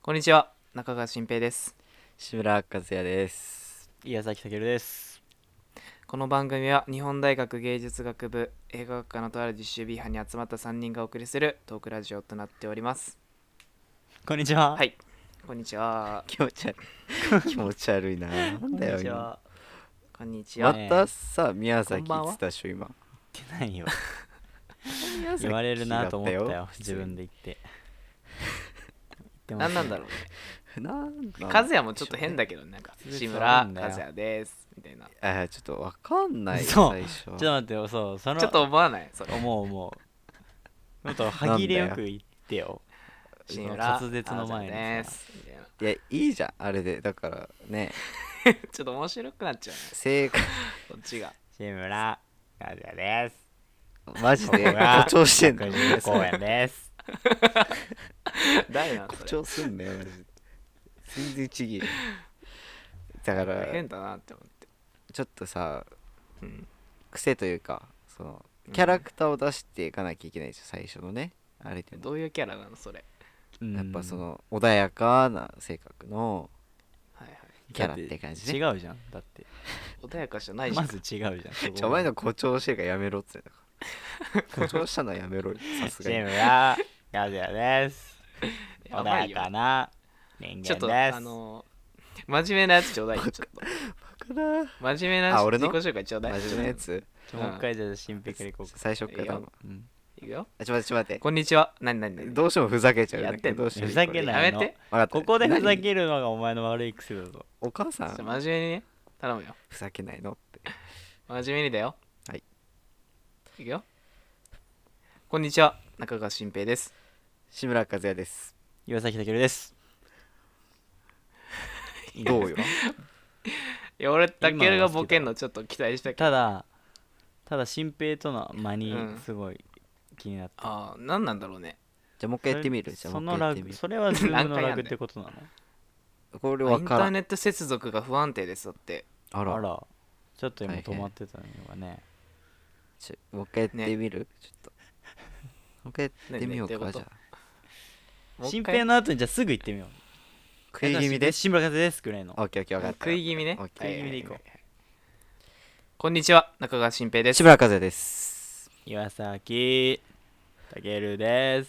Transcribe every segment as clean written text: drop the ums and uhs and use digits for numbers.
こんにちは、中川新平です。 志村和也です。 岩崎健です。 この番組は日本大学芸術学部映画学科のとある実習 B 班に集まった3人がお送りするトークラジオとなっております。 こんにちは。 はい、こんにちは。 気持ち悪い気持ち悪いな。なんこんだよにちは。 こんにち今は。 ねまたさ、宮崎こんばんは言ってたでしょ今。 言ってないよ。 宮崎言われるなと思っただよ。自分で言って。 何なんだろうね。 なんだ和也もちょっと変だけど、なんか別に志村和そうなんだよ也ですみたいな。 ちょっとわかんないよそう最初。 ちょっと待ってよ。そう、そのちょっと思わないそれ。 思う。もっと歯切れよく言ってよ。 志村滑舌の前に和也でさ。 すみたいな。 いやいいじゃんあれでだからねちょっと面白くなっちゃうね。 正解こっちが。 志村和也です。 マジでここが誇張してんの。 60公演です。 誰なんそれ。 誇張すんだよマジで。全然ちぎる。だから変だなって思って。 ちょっとさうん。 癖というかそのキャラクターを出していかなきゃいけないでしょ最初のねあれでもどういうキャラなのそれ。 やっぱその穏やかな性格のはいはい。 キャラって感じね。 違うじゃん。だって。 穏やかじゃないじゃん。 まず違うじゃん。そこお前の誇張してるからやめろっつってんだから誇張したのはやめろよさすが志に。 村和也です。穏ややばいよかな人ちょっと間です。 真面目なやつちょうだいよ。ちょっとバカだ真面目なあ俺の自己紹介ちょうだい。 真面目なやつもう一回じゃあ新平からいこうか。 最初からいいようんいくよ。 ちょっと待ってこんにちは。なになになに。 どうしてもふざけちゃうやってんのどうしてもふざけないの。 やめて。 分かったここでふざ何けるのがお前の悪い癖だぞ。 お母さちょっとん真面目にね。頼むよ。 ふざけないのって真面目にだよ。 はいいくよ。こんにちは。中川新平です。 志村和也です岩崎健です。 どうよいや、俺、たけるがボケんのちょっと期待したけど。 ただ新平との間にうんすごい気になった。 ああ、なんなんだろうね。 じゃあもう一回やってみるじゃあそのラグ、 もう一回やってみるそれはズームのラグっ何回やんだよてことなの？ これインタ分からんーネット接続が不安定ですだって。 あらあら、ちょっと今大変止まってたのがね。 もう一回やってみるちょっともう一回やってみよう何どういうことかじゃあ新もう一回平の後にじゃあすぐ行ってみよう。 食い気味で志村和也ですくらいの。 オッケーオッケー分かった食い気味ね。 オッケー食い気味でいこうはははこんにちは。中川新平です。 志村和也です岩崎健です。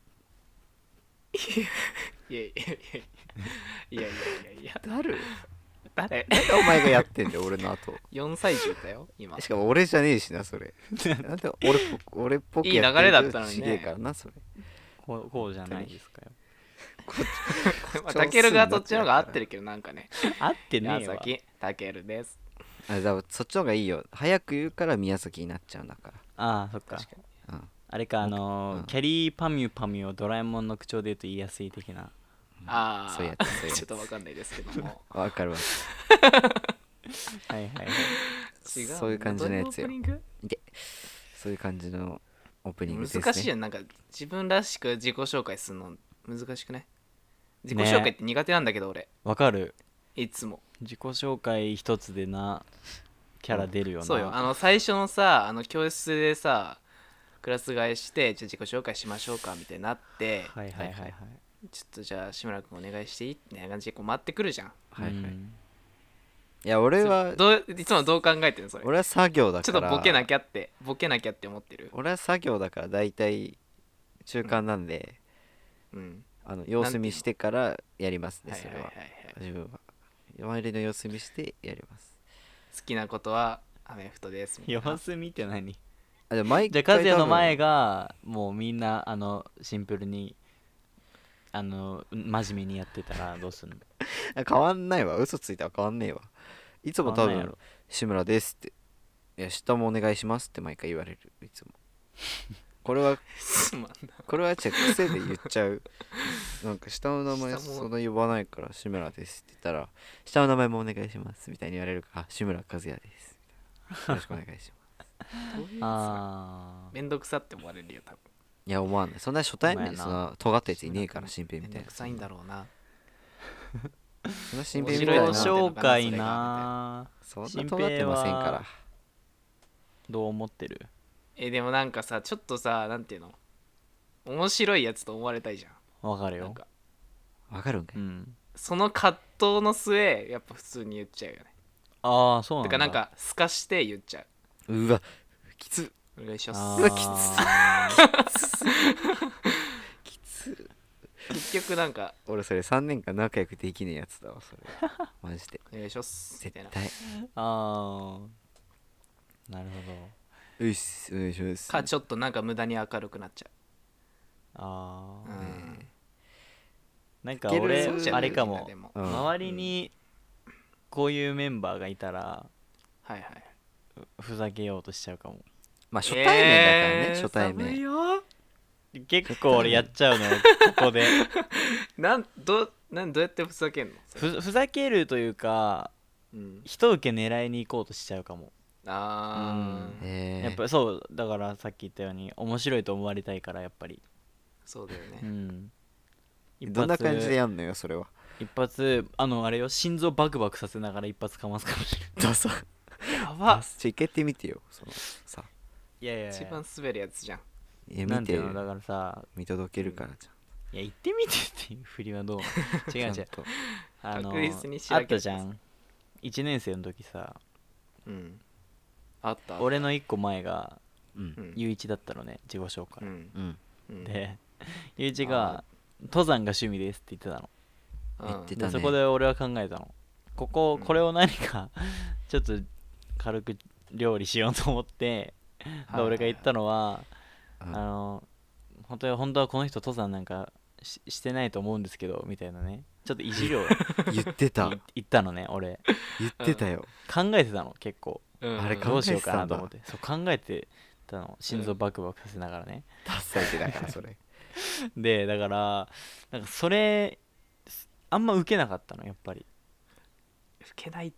いやいやいやいやいやいやいや誰誰なんでお前がやってんだよ俺の後 4歳児だよ今。 しかも俺じゃねえしなそれなんで俺っぽくいいやって流れだったのにねちげえからなそれこうじゃないですかよ。 まあたけるがそっちの方が合ってるけどなんかね。 合ってね宮えわ。 崎たけるです。 だからそっちの方がいいよ早く言うから宮崎になっちゃうんだかああ、そっか。 確かに。 らうんあれか、 うんキャリーパミュパミュをドラえもんの口調で言うと言いやすい的な。 ああ、 そういうやつそういうやつちょっとわかんないですけども。 わかるわはいはいはい。 違う。 そういう感じのやつよどういうオープニングそういう感じのオープニングですね難しいやん。なんか自分らしく自己紹介するの難しくない？自己ね紹介って苦手なんだけど俺。 わかる。 いつも。 自己紹介一つでな、キャラ出るよな。 そうよ。最初のさ、教室でさ、クラス替えしてじゃあ自己紹介しましょうかみたいになって、 はいはいはいはい。 ちょっとじゃあ志村君お願いしていいみたいな感じでこう待ってくるじゃん。 はいはいうんいや俺はいつもどう考えてるのそれ。 俺は作業だちょからっとボケなきゃって思ってる。 俺は作業だから大体中間なんでうん。 様子見してからやりますねはいはいはいは。 それはい自分は周りの様子見してやります好きなことはアメフトですみたいな。 様子見て何？ でも毎じゃあ和也の前ががもうみんなシンプルに真面目にやってたらどうすんの？ 変わんないわ嘘ついたら変わんねえわいつも多分変わんないやろ志村ですっていや下もお願いしますって毎回言われるいつもこれはすまんな。 癖で言っちゃうなんか下の名前下もそんな呼ばないから志村ですって言ったら下の名前もお願いしますみたいに言われるから志村和也ですみたいなよろしくお願いしますどういうやつあめんどくさって思われるよ多分。 いや思わないそんな初対面でお前なそんな尖ったやついねえから新平みたいなめんどくさいんだろうな。 そんな新平自己みたいな面白い紹介な。 そんな尖ってませんからどう思ってる？ でもなんかさちょっとさなんていうの面白いやつと思われたいじゃん。 わかるよ。 なんかわかるんかい、 うんその葛藤の末やっぱ普通に言っちゃうよね。 ああそうなんだてかなんかすかして言っちゃう。 うわきつお願いしあます。 うわきつきつ結局なんか俺それ3年間仲良くできねえやつだわそれマジでお願いしますみたいな。 絶対ああなるほどうっすお願いしますかちょっとなんか無駄に明るくなっちゃう。 ああ、 うん。 なんかいける俺そうじゃないあれかもでもうん周りにこういうメンバーがいたらはいはい。 ふざけようとしちゃうかもまあ初対面だからね、初対寒い面よ。 結構俺やっちゃうのよここでどうやってふざけんの？ ふざけるというかうん。 人受け狙いに行こうとしちゃうかもあー、 やっぱりそうだからさっき言ったように面白いと思われたいからやっぱりそうだよね。 うんどんな感じでやんのよそれは一発あれよ心臓バクバクさせながら一発かますかもしれないどうぞやばっ。 ちょ行けてみてよそのさいやいやいや一番滑るやつじゃん。 いやなん見てよていうのだからさ見届けるからじいや行ってみてっていう振りはどう違う違うゃんちゃんと確実に仕あっ上げてたじゃん1年生の時さうん。あった。 俺の1個前がうんうん。 ゆういちだったのね自己紹介、 うん。 うんうん、 でゆういちが登山が趣味ですって言ってたのうん、 言ってたねでそこで俺は考えたのこれを何かちょっと軽く料理しようと思ってで俺が言ったのはうん本当はこの人登山なんかしてないと思うんですけどみたいなねちょっといじりを言ってた言ったのね俺言ってたよ考えてたの結構うん、 あれどうしようかなと考思ってそう考えてたの心臓バクバクさせながらね、 ダサい手だからそれでだからなんかそれあんま受けなかったのやっぱり吹けないって。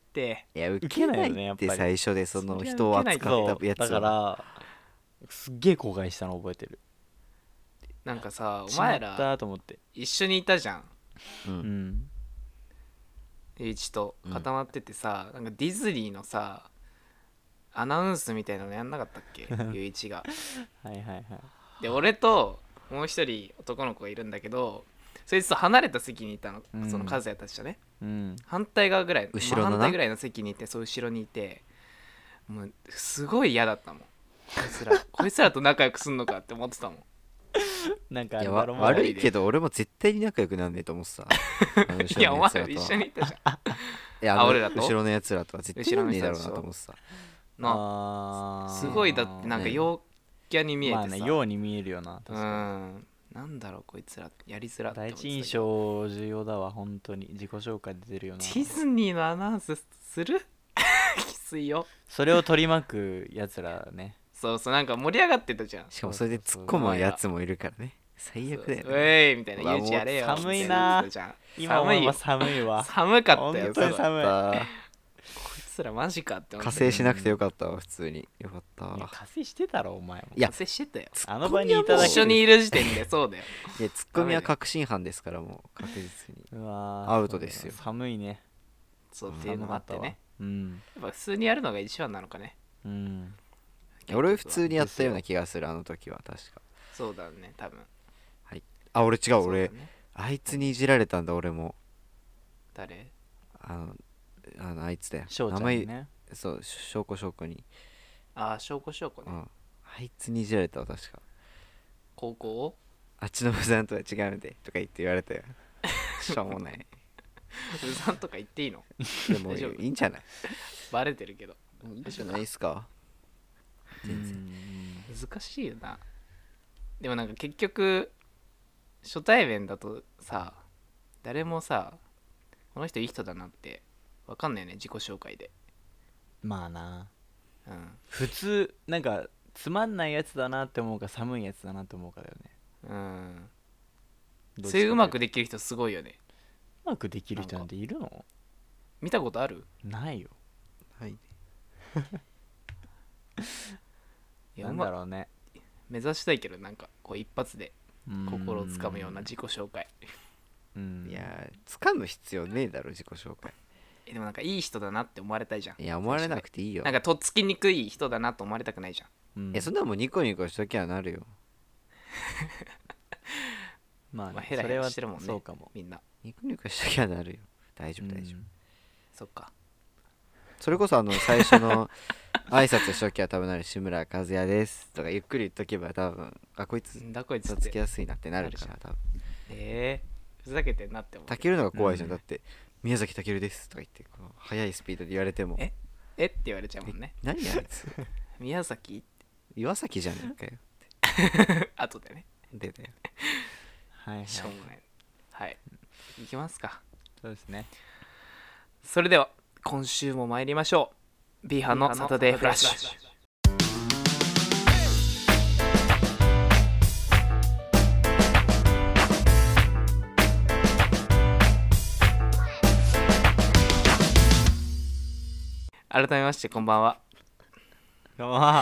いや受けなけないいってよねやっぱり最初でそのそりゃ人を受けない扱そうったやつだからすっげえ後悔したの覚えてるなんかさ、おしまっ前らたと思ってう一緒にいたじゃん。 うんゆういちとうん固まっててさ、なんかディズニーのさ、アナウンスみたいなのやんなかったっけゆういちが。 はいはいはいで、俺ともう一人男の子がいるんだけど、そいつと離れた席にいたの、 うんその和也たちとね。 うん反対側ぐらい後ろのな反対ぐらいの席にいて、そう後ろにいて、もうすごい嫌だったもん。こいつらと仲良くすんのかって思ってたもん。 なんかいやだろもう悪いけど俺も絶対に仲良くなんねえと思ってたいや、お前ら一緒にいたじゃん。 いや俺らと後ろのやつらとは絶対なんねえだろうなと思ってたなあーすごいだってなんかね陽キャに見えてさ、 まあねように見えるよな確うかん、なんだろうこいつらやりづらに第って思ってたけど一印象重要だわ本当に自己紹介で出るよなディズニーのアナウンスするきついよ。 それを取り巻くやつらねそうそう、なんか盛り上がってたじゃん。 しかもそれで突っ込むやつもいるからね最悪だよそうねえいみたいな、 うわゆうちやれよ。 寒いなみたなやつじゃん今思えば寒寒いわいよ。寒かったよ。 本当に寒いあこいつらマジかって思って。 加勢しなくてよかったわ普通によかったいやわ加勢してたろお前もいや加勢してたよ。 あの場にいただけ一緒にいる時点でそうだよ。 いやツッコミは確信犯ですからもう確実にうわーアウトですよ寒いねそうっていうのもあってね。 うんやっぱ普通にやるのが一番なのかね。 うん俺普通にやったような気がするあの時は確かそうだね、多分。 あ俺違うそうだ俺ねあいつにいじられたんだ俺も誰？ あいつだよ翔ちゃ名前んにねそう証拠にああ、証拠証拠ね。 うんあいつにいじられたわ確か高校あっちのブザンとは違うんでとか言われたよしょうもないうさんとか言っていいの？ でも大丈夫いいんじゃないバレてるけど。 いいんじゃないですか全然難しいよな。でもなんか結局初対面だとさ、誰もさこの人いい人だなってわかんないよね、自己紹介で。 まあなうん、 普通なんかつまんないやつだなって思うか寒いやつだなって思うかだよねうん、 どっちかそういううまくとできる人すごいよね。 うまくできる人なんているの見たことある？ ないよはいなんいやうまだろうね目指したいけど、なんかこう一発で心をつかむような自己紹介。 うんいや掴む必要ねえだろ自己紹介でもなんかいい人だなって思われたいじゃん。 いや思われなくていいよなんかとっつきにくい人だなと思われたくないじゃん。 うんそんなもんニコニコしときゃなるよまあまあヘラヘねそれはラしてるもんねそうかもみんな。 ニコニコしときゃなるよ。大丈夫大丈夫、 そっか。 それこそ最初の挨拶しときは多分なる志村和也ですとかゆっくり言っとけば多分こいつんだこいつとってっつきやすいなってなるから多分。 ふざけてんなって思う。 たけるのが怖いじゃん、 うんだって宮崎たけるですとか言ってこう速いスピードで言われてもえって言われちゃうもんね。 何あいつ宮崎岩崎じゃねえかよ後でね。 でだよ。 はいはいしょうもない。はい。いきますか。 そうですね。 それでは今週も参りましょう。B 班のサタデーフラッシュ。改めましてこんばんは。 あ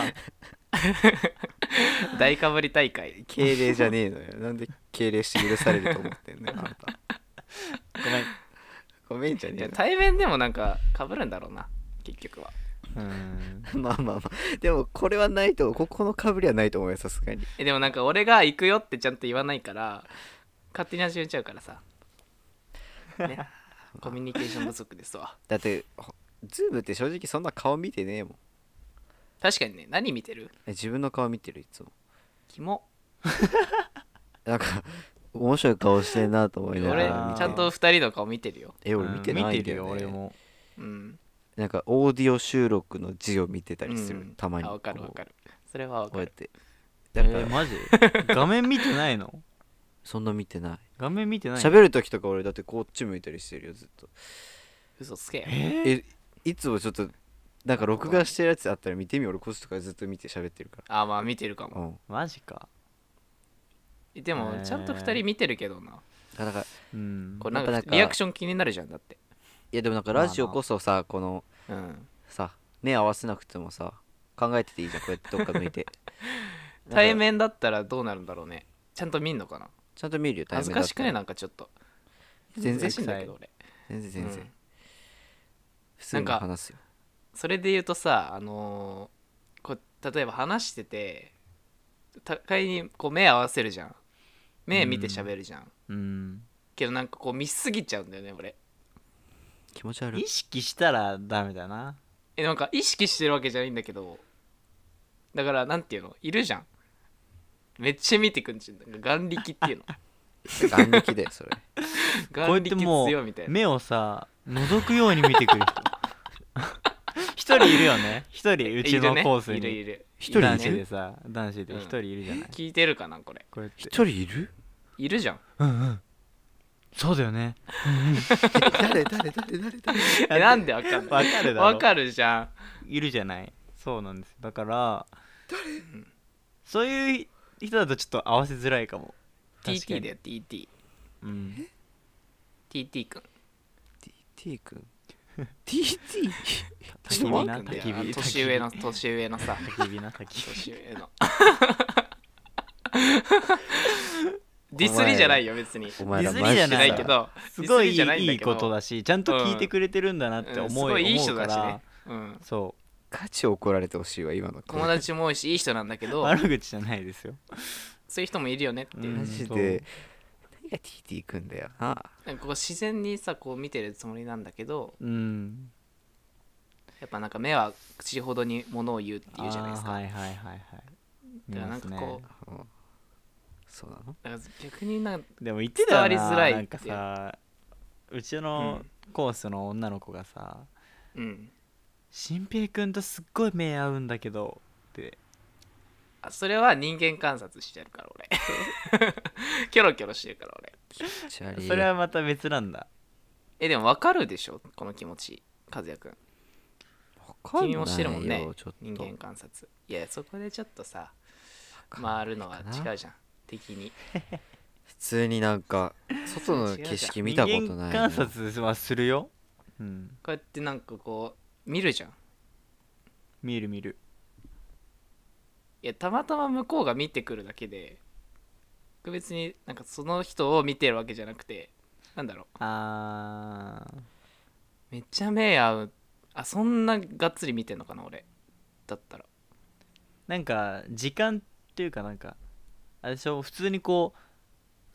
大かぶり大会。 敬礼じゃねえのよ。なんで敬礼して許されると思ってんのよあんた。 ごめん。 ごめんじゃねいやえの。 対面でもなんかかぶるんだろうな結局は。 まあまあまあでもこれはないとここのかぶりはないと思うよさすがに。 でもなんか俺が行くよってちゃんと言わないから勝手に始めちゃうからさ、ね、コミュニケーション不足ですわ。 だってズームって正直そんな顔見てねえもん。 確かにね。何見てる？ 自分の顔見てるいつも。 キモ。 なんか面白い顔してんなと思いなが俺ら見て。 ちゃんと2人の顔見てるよ。 俺見てないんだよ、ね見てるよ俺も。 うん。 なんかオーディオ収録の字を見てたりする、 うんたまにあ、わかるわかる。それはわかる。 こうやってだから、 マジ画面見てないの？ そんな見てない。 画面見てないの？ 喋る時とか俺だってこっち向いたりしてるよずっと。 嘘つけよ。 いつもちょっとなんか録画してるやつあったら見てみよ。俺こっちとかずっと見て喋ってるかあ、まあ見てるかも。 ら。うんマジか。 でもちゃんと2人見てるけどな。 だからうん。 これなんかなんかリアクション気になるじゃんだって。 いやでもなんかラジオこそさこのうん。 さ目合わせなくてもさ考えてていいじゃんこうやってどっか向いて対なんか面だったらどうなるんだろうね。ちゃんと見んのかな。 ちゃんと見るよ対恥ず面だったらかしくねなんかちょっと。 全然恥ずかしいんだけど俺。 全然全然、 うん普通に話すよ。 それで言うとさこう例えば話してて互いにこう目合わせるじゃん。目見て喋るじゃん。 うん。 けどなんかこう見すぎちゃうんだよね俺。 気持ち悪い意識したらダメだな。 なんか意識してるわけじゃないんだけど、だからなんていうのいるじゃん。めっちゃ見てくんじゃん。なんか眼力っていうの。 眼力だよそれ。 こうや眼っても力強いみたいうな。 目をさ覗くように見てくる人一人いるよね。一人うちのコースいるにいる。 一人いる男子でさ、男子で一人いるじゃない。 聞いてるかなこれ。 こうやって一人いる？ いるじゃん。 そうだよね。 誰なんでわかんない。 わかるだろ。 わかるじゃん。 いるじゃない。そうなんです。だからそういう人だとちょっと合わせづらいかも。確か TT にだよ TT。 うん。 TT くん。 TT 君 TT 焚き火な焚き焚き火。 年上のさ。 焚き火な焚き火。 年上の。ディスりじゃないよ別に。 お前らディスりじゃしないけど。 すごいディスりじゃないんだいいけどことだし、ちゃんと聞いてくれてるんだなってすごいいい人思うからだしね。うん。 そガチ怒られてほしいわ今の友達も多いしいい人なんだけう。 ど、 悪口じゃないですよ。 そういう人もいるよねっていう。 うんマジで何が TT 君だよな。 なんかこう自然にさこう見てるつもりなんだけど、 うん。 やっぱなんか目は口ほどにものを言うっていうじゃないですか。 はいはいはいはい。 だからなんかこう、 うんそうなの？ だから逆になんかでも言ってたよな。 伝わりづらいなんかさ、うちのコースの女の子がさ、 うん新平くんとすっごい目合うんだけどって。 あ、それは人間観察してるから俺キョロキョロしてるから俺。 気持ち悪い。 それはまた別なんだ。 でも分かるでしょこの気持ち和也くん。 わかんないよ君もしてるもんねちょっと人間観察。いやそこでちょっとさ回るのは違うじゃん敵に。 普通になんか外の景色見たことない人な。 間観察はするよ。うん。 こうやってなんかこう見るじゃん。 見る見る。 いやたまたま向こうが見てくるだけで別になんかその人を見てるわけじゃなくて、なんだろう、 あー。 めっちゃ目合う。あ、そんながっつり見てんのかな俺だったら。 なんか時間っていうかなんかあれでしょ、普通にこう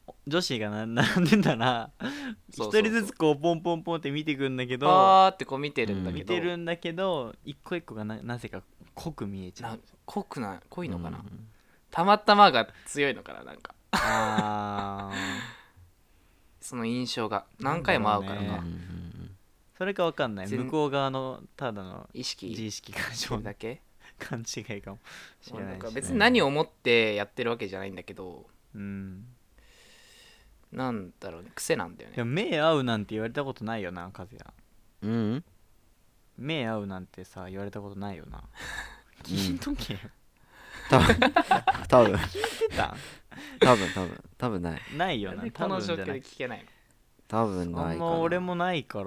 女子が並んでたらそうそうそう一人ずつこうポンポンポンって見てくんだけどパーってこう見てるんだけ見ど、 てるんだけど一個一個がなぜか濃く見えちゃう。 濃いのかな、 うんたまたまが強いのかな、なんかあその印象が何回も会うからか、 なんだろうねそれかわかんない。 全向こう側のただの意識自意識過して剰るだけ。 勘違いかもしれないし、 なんか別に何を思ってやってるわけじゃないんだけど、 うんなんだろうね、癖なんだよね。 でも目合うなんて言われたことないよな、和也。 うん目合うなんてさ言われたことないよな。聞いとけよ。 多分聞いてた多分ないないよな。 なんで多この状況で分じゃない。 聞けないの。 多分あないかな。 んま俺もないから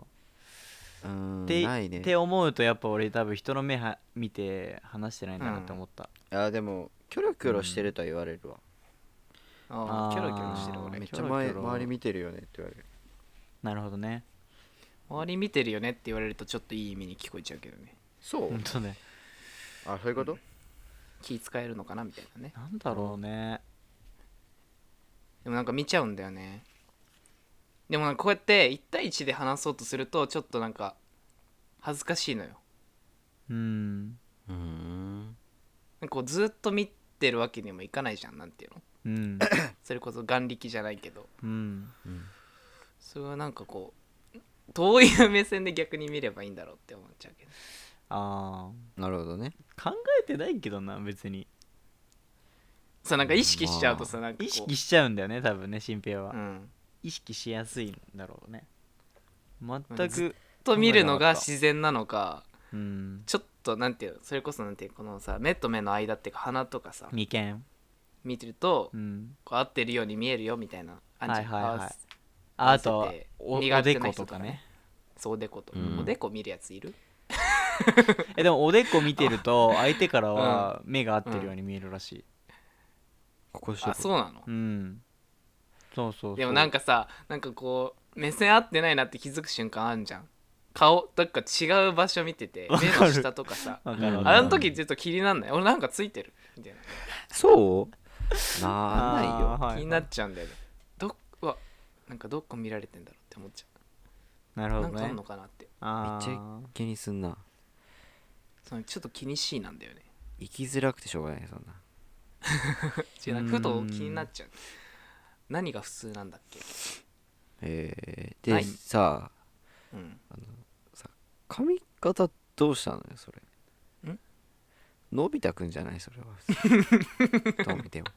ってないね。 って思うとやっぱ俺多分人の目見て話してないんだなって思った。 いやでもキョロキョロしてるとは言われるわ、 あーキョロキョロしてる俺めっちゃキョロキョロ周り見てるよねって言われる。 なるほどね。 周り見てるよねって言われるとちょっといい意味に聞こえちゃうけどね。 そう本当ね。 あ、そういうこと、 気使えるのかなみたいなね。 なんだろうね。 でもなんか見ちゃうんだよね。でもなんかこうやって1対1で話そうとするとちょっとなんか恥ずかしいのよ。 うんうーんなんかこうずっと見てるわけにもいかないじゃん、なんていうの。 うんそれこそ眼力じゃないけど、 うんそれはなんかこうどういう目線で逆に見ればいいんだろうって思っちゃうけど。 あなるほどね。 考えてないけどな別に。 そうなんか意識しちゃうとさ、なんかこう意識しちゃうんだよね多分ね、新平は。 うん意識しやすいんだろうね。全ずくと見るのが自然なのか、 うんちょっとなんていうの、それこそなんていうこのさ目と目の間っていうか鼻とかさ眉間見てるとうんこう合ってるように見えるよみたいなあんじゃん。 はいはいはい合わせあと合わせてお苦手でこな人とかねとかね。 そうおでこと、 うんおでこ見るやついる？ でもおでこ見てると相手からは目が合ってるように見えるらしい。 ここあ、そうなの？ うんそうそうそう。 でもなんかさ、なんかこう目線合ってないなって気づく瞬間あんじゃん。顔どっか違う場所見てて目の下とかさわかるわかるあの時ちょっと気になんない？俺なんかついてるみたいそうないよ。 あーはいな気になっちゃうんだよね。うわなんかどっか見られてんだろうって思っちゃう。 なるほどねなんかあんの。かなって。 あめっちゃ気にすんな。 そのちょっと気にしいなんだよね。 生きづらくてしょうがないそんな。 違う、なんかふと気になっちゃう。何が普通なんだっけ？ でないさうん髪型どうしたのよそれ。 んのび太くんじゃないそれは。どう見ても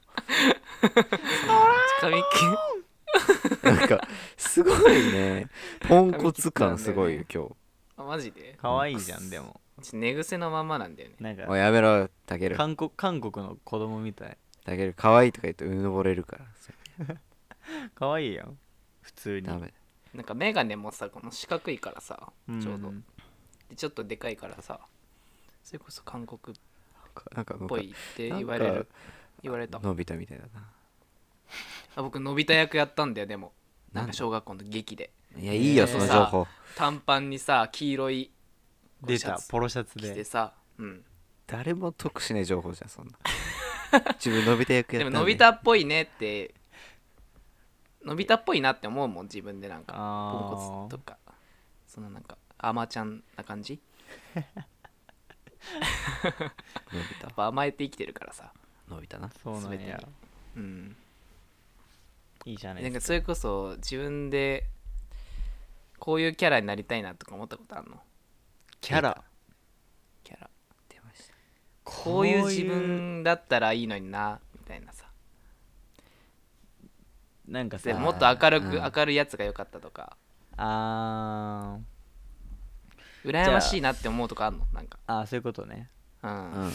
髪なんかすごいね。ポンコツ感すごいよ今あマジで可愛いじゃんでも。 ちょっと寝癖のままなんだよね。 なん日。おいかやめろたける。 韓国の子供みたい。 たける可愛いとか言ってうぬぼれるから。 可愛いやん普通に。 ダメ。 なんか眼鏡もさこの四角いからさうんちょうどでちょっとでかいからさそれこそ韓国っなんかぽいってなんか言われた。 のび太みたいだな。 あ僕のび太役やったんだよ。でもなんかなんだ小学校の劇でいやいいよその情報。 短パンにさ黄色い出たポロシャツ着てで。 さ、うん、 誰も得しない情報じゃんそんな。自分のび太役やでったんものび太っぽいねってのび太っぽいなって思うもん自分で。なんかポンあコツとかそのなんかアマちゃんな感じのびや太っぱ甘えて生きてるからさ。 のび太な。 そうなん全てにや。 うんいいじゃないなんですか。 かそれこそ自分でこういうキャラになりたいなとか思ったことあるの？ キャラキャラ出ました。 こういう自分だったらいいのになみたいなさ。 なんかさでもっと明るく、 うん明るいやつが良かったとかあ羨ましいなって思うとかあるの？なんかそういうことね。 うん、 うん。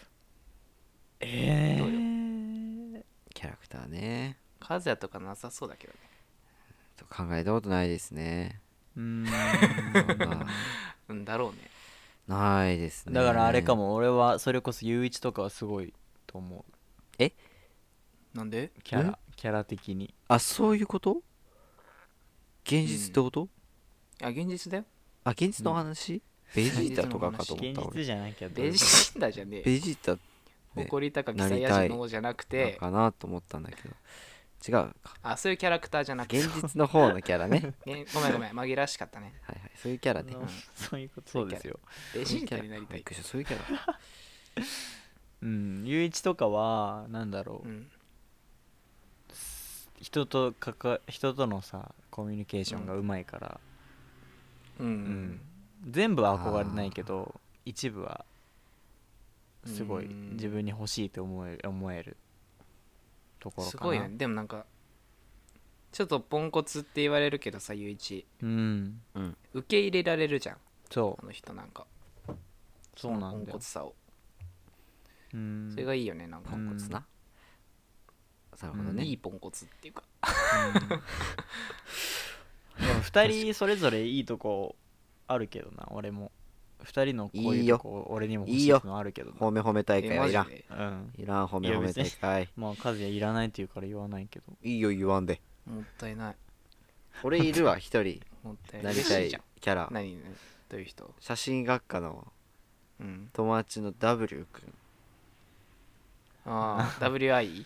どうよキャラクターね。 和也とかなさそうだけどね。 考えたことないですね。 うーんそんなうんだろうね。 ないですね。 だからあれか。も、俺はそれこそゆういちとかはすごいと思う。 なんで？ キャラ的に。 あ、そういうこと？現実ってこと？ あ現実だよ。 あ、現実の話？ベジータとかかと思現った俺。 実じゃなきゃどうベジータじゃねえ。 ベジータね誇り高きサイヤ人の方じゃなくてかなと思ったんだけど。 違うか。 あ、そういうキャラクターじゃなくて現実の方のキャラね。 ごめんごめん、紛らわしかったね。 はいはい、そういうキャラね。 そういうことそうですよ。 ベジータそういうキャラになりたい。 びっくりしたそういうキャラ。 うんゆういちとかはなんだろう、 うん人とのさコミュニケーションがうまいから、 うんうん全部は憧れないけど一部はすごいうん自分に欲しいと思えるところかな。 すごいね。でもなんかちょっとポンコツって言われるけどさ、ゆういちうん受け入れられるじゃん、 そうあの人。なんかそうなんだよポンコツさを、 うんそれがいいよね。なんかポンコツな。なるほどね。 いいポンコツっていうか。 でも2人それぞれいいとこあるけどな。俺も2人のこういうとこ俺にも欲しいのあるけどな。 褒め褒め大会はいらん。 マジでうんいらん褒め褒め大会。 まあ和也いらないって言うから言わないけど。 いいよ言わんで。 もったいない。 俺いるわ一人もったいなりたいじゃん。 キャラ。 何ね、どういう人？ 写真学科のうん。 友達の W 君。 ああ、WI？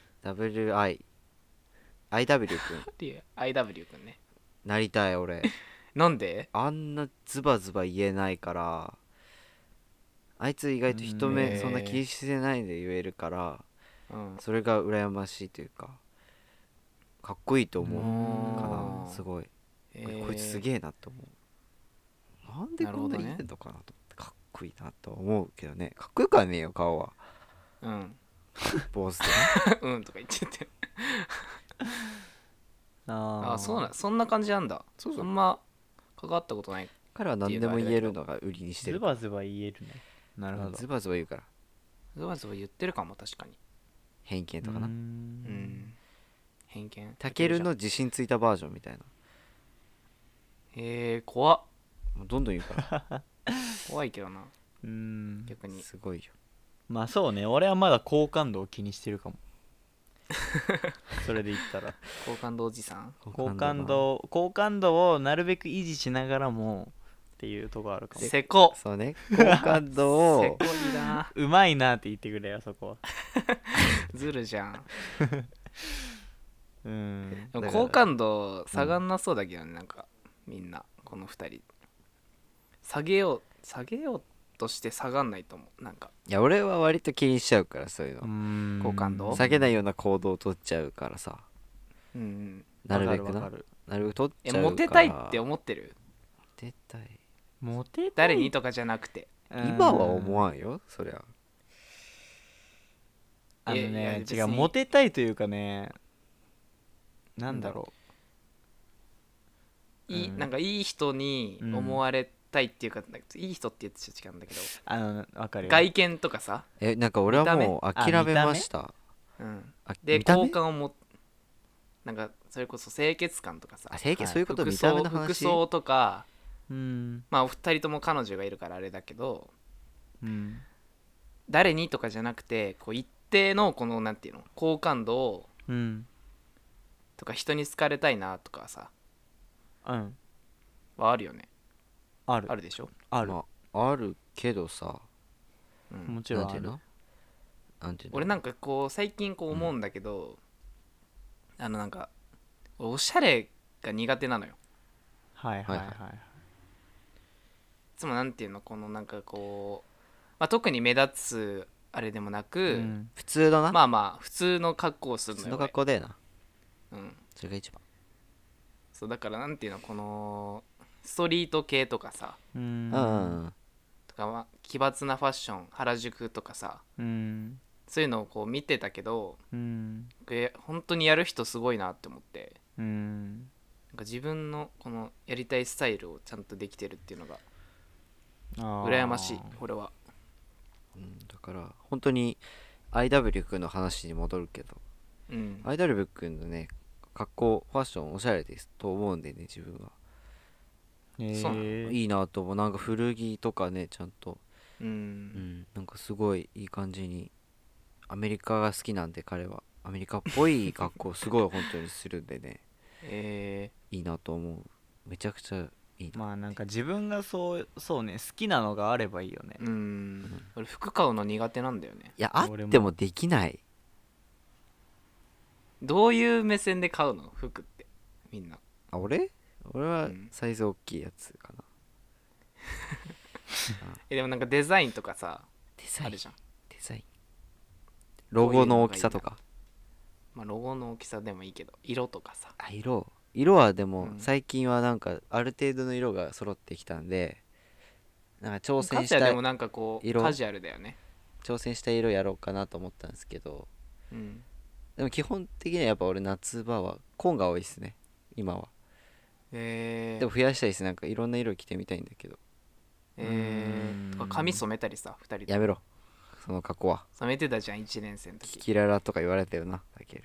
IW 君。 IW 君ね。 なりたい俺。 なんで？ あんなズバズバ言えないから、あいつ意外と人目そんな気にしてないで言えるから、 うん。 それが羨ましいというか、かっこいいと思うかな。すごい、こいつすげえなと思う。なんでこんな言えんのかなと思って、かっこいいなと思うけどね。かっこよくはねえよ顔は。 うん坊主でね。 うんとか言っちゃって。 ああ、そんな感じなんだ。 そうそうあんま関わったことない。 彼は何でも言えるのが売りにしてる。 ズバズバ言えるね。なるほど。 ズバズバ言うから。 ズバズバ言ってるかも。確かに。 偏見とかな。 うん。偏見。 タケルの自信ついたバージョンみたいな。 怖っ。 もうどんどん言うから怖いけどな、 うん逆に。 すごいよ。 まあそうね、俺はまだ好感度を気にしてるかも。それで言ったら好感度おじさん。 好感度をなるべく維持しながらもっていうとこあるかも。 せこ。 そうね、好感度をせこいな。 うまいなって言ってくれよそこは。 ずるじゃん。 うんでだからも好感度下がんなそうだけどね、なんかみんなこの2人下げようとして下がんないと思う。なんかいや俺は割と気にしちゃうから、そういうの好感度下げないような行動を取っちゃうからさ、 うんなるべくなわかるなるべく取っちゃうから。 モテたいって思ってる？ モテたいモテたい誰にとかじゃなくて。 今は思わんよそりゃ。 あのいやいやね別に違う、モテたいというかね、なんだろうんなんかいい人に思われたいっていうか、いい人って言ってちょっと違うんだけど、 わかるよ。 外見とかさ、 なんか俺はもう諦めました。 で見た目好感をもなんかそれこそ清潔感とかさ、 清潔、 はいそういうこと見た目の話。 服装とか、 うんまあお二人とも彼女がいるからあれだけど、 うん誰にとかじゃなくて、こう一定のこのなんていうの、好感度をうんとか人に好かれたいなとかさうんはあるよね。 あるあるでしょ。 ある、 まあ、あるけどさ、 うんもちろんある。 なんていうのなんていうの俺なんかこう最近こう思うんだけど、なんかおしゃれが苦手なのよ。 はいはいはいはいいつもなんていうの、このなんかこう、まあ、特に目立つあれでもなく、 うん普通のな、 まあまあ普通の格好をする普通ののよ格好だよな。 俺。うん、 それが一番。 そうだからなんていうの、このストリート系とかさ、 うんうんとか、まあ、奇抜なファッション、原宿とかさ、 うんそういうのをこう見てたけど、 うん本当にやる人すごいなって思って、 うんなんか自分のこのやりたいスタイルをちゃんとできてるっていうのがあー羨ましい俺は。 だから本当に IW 君の話に戻るけど、 うん IW 君のね格好ファッションおしゃれですと思うんでね、自分はそうなのいいなと思う。なんか古着とかねちゃんと、 うんなんかすごいいい感じに、アメリカが好きなんで彼はアメリカっぽい格好すごい本当にするんでねいいなと思う。めちゃくちゃいいな。 まあなんか自分がそうね好きなのがあればいいよね。 俺服買うの苦手なんだよね。 いやあ俺もってもできない。 どういう目線で買うの服ってみんな。 あ、俺はうんサイズ大きいやつかな。 でもなんかデザインとかさデザインあるじゃん。 デザインロゴの大きさとか。 まあロゴの大きさでもいいけど色とかさ。 あ、色はでもうん最近はなんかある程度の色が揃ってきたんで、なんか挑戦カしたいズヤでもなんかこう色カジュアルだよね。 色やろうかなと思ったんですけど、 うんでも基本的にはやっぱ俺夏場は紺が多いですね今は。でも増やしたいです。なんかいろんな色着てみたいんだけど。 とか髪染めたりさ2人でやめろその過去は。 染めてたじゃん1年生の時。 キララとか言われたよなだけ。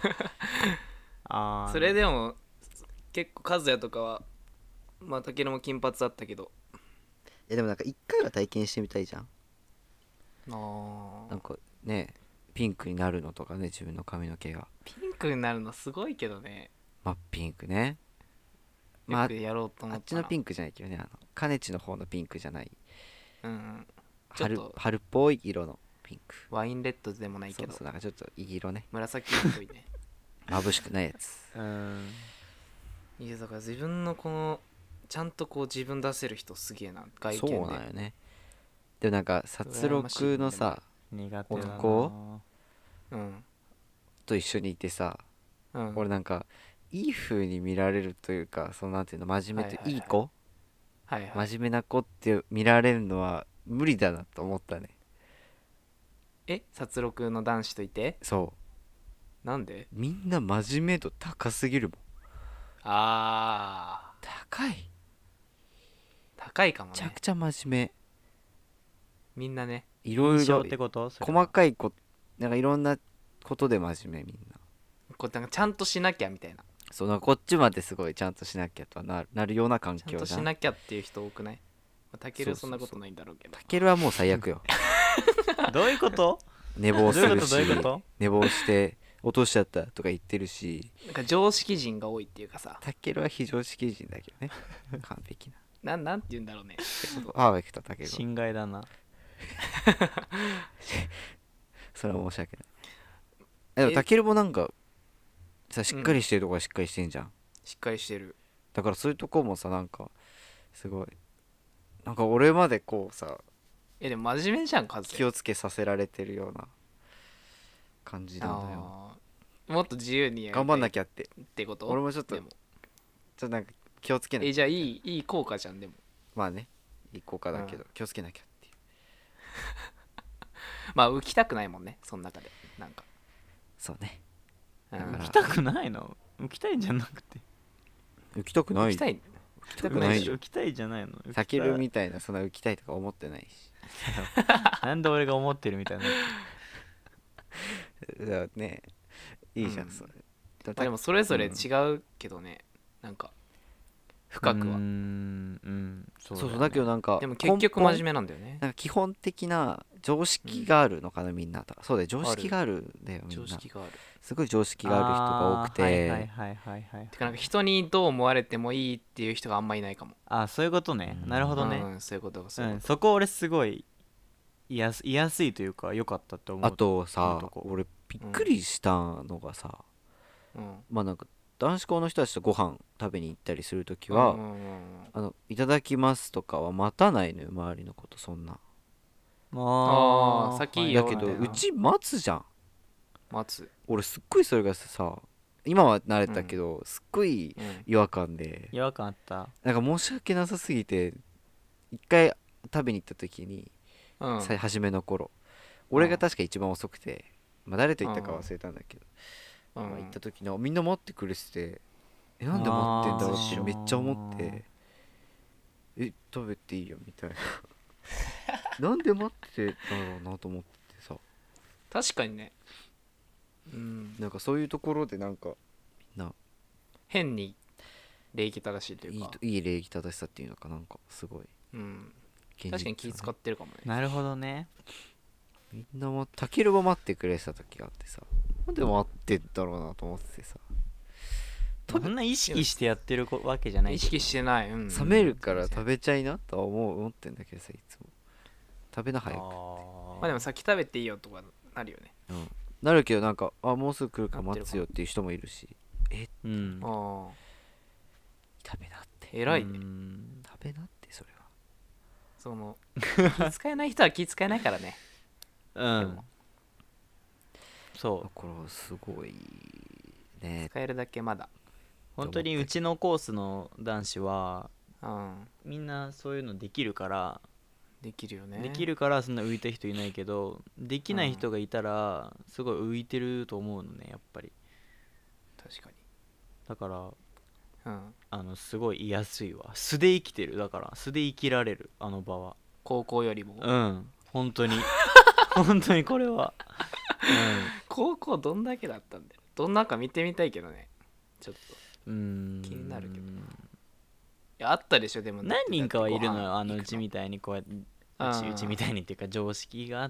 ああそれでも結構カズヤとかはまあタケルも金髪だったけどでもなんか一回は体験してみたいじゃん。なんかねピンクになるのとかね、自分の髪の毛がピンクになるのすごいけどね。 真っピンクね。まあよくやろうと思ったな。 あっちのピンクじゃないけどね、カネチの方のピンクじゃない、 うんちょっと春っぽい色のピンク。 ワインレッドでもないけどそうそう、なんかちょっといい色ね。 紫っぽいね。 眩しくないやつ。 いやだから自分のこのちゃんとこう自分出せる人すげえな外見そうで。 なんよね。でもなんか殺戮のさ苦手だな男うんと一緒にいてさ、 うん俺なんかいい風に見られるというか、そのなんていうの、真面目といい子、 はいはい。 真面目な子って見られるのは無理だなと思ったね。 殺戮の男子といてそうなんで。 みんな真面目度高すぎるもん。 あ高い、め高いかもねちゃくちゃ真面みんなね。 目、いろい印象ろってことそれは細かいこと、なんかいろんなことで真面目みんな。 こうなんかちゃんとしなきゃみたいな。 そう、なんかこっちまですごいちゃんとしなきゃとはなるような環ちゃんとし境じゃん。 なきゃっていう人多くない。タケルそんなそうそうそうことないんだろうけど。 タケルはもう最悪よ。 どういうこと寝坊するしどういうこと寝坊して落としちゃったとか言ってるし、 なんか常識人が多いっていうかさ、 タケルは非常識人だけどね。完璧ななんて言うんだろうね。 パーフェクトタケルは。 心外だなそれは申し訳ない。でもタケルもなんかさ、しっかりしてるとこはしっかりしてんじゃん、 しっかりしてる。 だからそういうとこもさ、なんかすごい、なんか俺までこうさでも真面目じゃんカズヤ。 気をつけさせられてるような感じなんだよ。 もっと自由にやりたい頑張んなきゃってってこと。 俺もちょっとでもなんか気をつけない。 じゃあいい効果じゃん。でもまあね、いい効果だけど、気をつけなきゃっていう。 まあ浮きたくないもんねその中でなんか。 そうね。 うんだから浮きたくないの浮きたいんじゃなくて浮きたくない浮きたい。 浮きたくないよでしょ浮きたいじゃないの浮きたタケルみたいなそんな浮きたいとか思ってないし。 なんで俺が思ってるみたいなだからね、いいじゃん、 うんそれ。 でもそれぞれ違うけどね、なんか深くは。 そうそうそう、だけどなんかでも結局真面目目なんだよね。 なんか基本的な常識があるのかな、みんな。そうだよ、常識があるんだよ、みん常な。 識がある。 すごい常識がある人が多くて、 はいはいはいはいはいてかなんか人にどう思われてもいいっていう人があんまいないかも。 あそういうことねなるほどねうん、そういうことそういうこそこ俺すごい言いやすいというか良かったって思うあとさいいとこ俺びっくりしたのがさ、 と。うん。 まあなんか男子校の人たちとご飯食べに行ったりするときは、いただきますとかは待たないのよ、周りのこと。そんなあー先いいよだけどみたいなうち待つじゃん。 待つ。 俺すっごいそれがさ、今は慣れたけど、すっごいうん。 違和感で、 違和感あったなんか申し訳なさすぎて、一回食べに行った時に、 うん。 初めの頃俺が確か一番遅くて、まあ、誰と行ったか忘れたんだけど、 うんまあ、行った時にみんな待ってくれてて、なんで待ってんだろうってめっちゃ思って、食べていいよみたいななんで待ってたろうなと思ってさ、 確かにね。うん。 なんかそういうところでなんかみんな変に礼儀正しいというか。 いい礼儀正しさっていうのか、なんかすごいうん。 現実確かに気使ってるかもね。 なるほどねみんなもタケルは待ってくれてた時があってさ、なんで待ってんだろうなと思っててさ、 そんな意識してやってるわけじゃない意識してない。うん。 冷めるから食べちゃいなとは思ってんだけどさ、いつも食べな早く。 まあでも先食べていいよとかなるよね。 なるけどなんかもうすぐ来るから待つよっていう人もいるし、 うんああ食べなって偉いね、 うん食べなってそれはその気使えない人は気使えないからね。 うんそうだからすごいね。 使えるだけまだ。 本当にうちのコースの男子はうんみんなそういうのできるから、 できるよね。 できるからそんな浮いた人いないけど、できない人がいたらすごい浮いてると思うのね、やっぱり。 確かだからに。 すごい居やすいわ。素で生きてる。だから素で生きられる、あの場は。 高校よりも。 本当に本当にこれは高校どんだけだったんだよ。どんなか見てみたいけどね。ちょっと気にになるけど。いやあったでしょでも。 何人かはいるのよ、 だってご飯うちみたいにこうやってうんうちみたいにっていうか常識があって、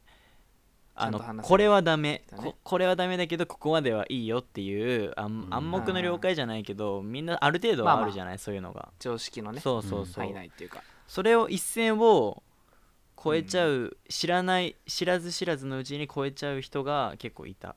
ちゃんと話せるこれはダメ、 だねこれはダメだけどここまではいいよっていう暗黙の了解じゃないけど、みんなある程度はあるじゃない、そういうのが。 常識のね。 そうそうそう、 範囲内っていうか。 それを一線を越えちゃう、知らず知らずのうちに越えちゃう人が結構いた。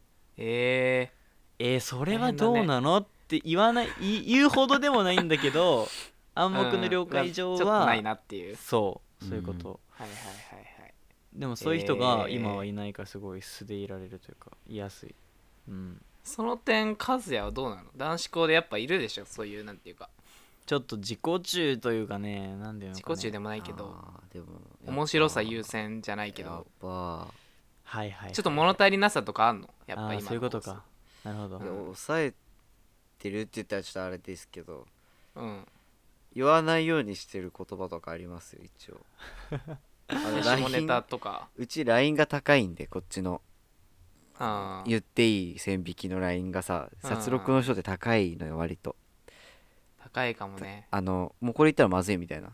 それはどうなのって言うほどでもないんだけど暗黙の了解上は、 ちょっとないなっていう。 そういうこと、 はいはいはいはい。 でもそういう人が今はいないからすごい素でいられるというか居やすい。 その点和也はどうなの？男子校でやっぱいるでしょそういうなんていうか。 ちょっと自己中というかね、なんでいうのかね、 自己中でもないけどでも面白さ優先じゃないけやっど、 ぱはいはい、 ちょっと物足りなさとかあんの？やっぱ今のそういうことか。なるほど。 抑えてるって言ったらちょっとあれですけど、 言わないようにしてる言葉とかありますよ一応下ネタとか。 うち LINE が高いんで、こっちの言言っていい線引きの LINE がさ、殺戮の人って高いのよ割と。 高いかもね。 もうこれ言ったらまずいみたいな。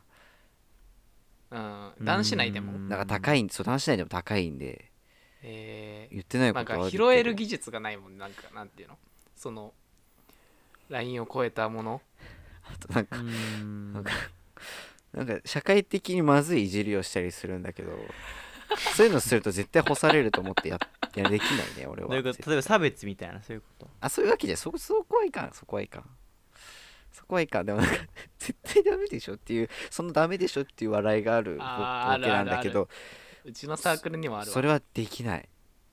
男子内でもなんか高い男子内でも高いんで、言ってないなんかことはあるけ拾ど、 える技術がないもん。なんかなんていうの、そのラインを超えたもの。 あとなんか社会的にまずいいじりをしたりするんだけどそういうのすると絶対干されると思ってできないね俺は。 どういうこと？例えば差別みたいな、そういうこと？ そういうわけじゃそこはいかん。そこはいかん。でもなんか絶対ダメでしょっていう、そのダメでしょっていう笑いがあるわけなんだけど、 うちのサークルにもあるわ。 それはできない。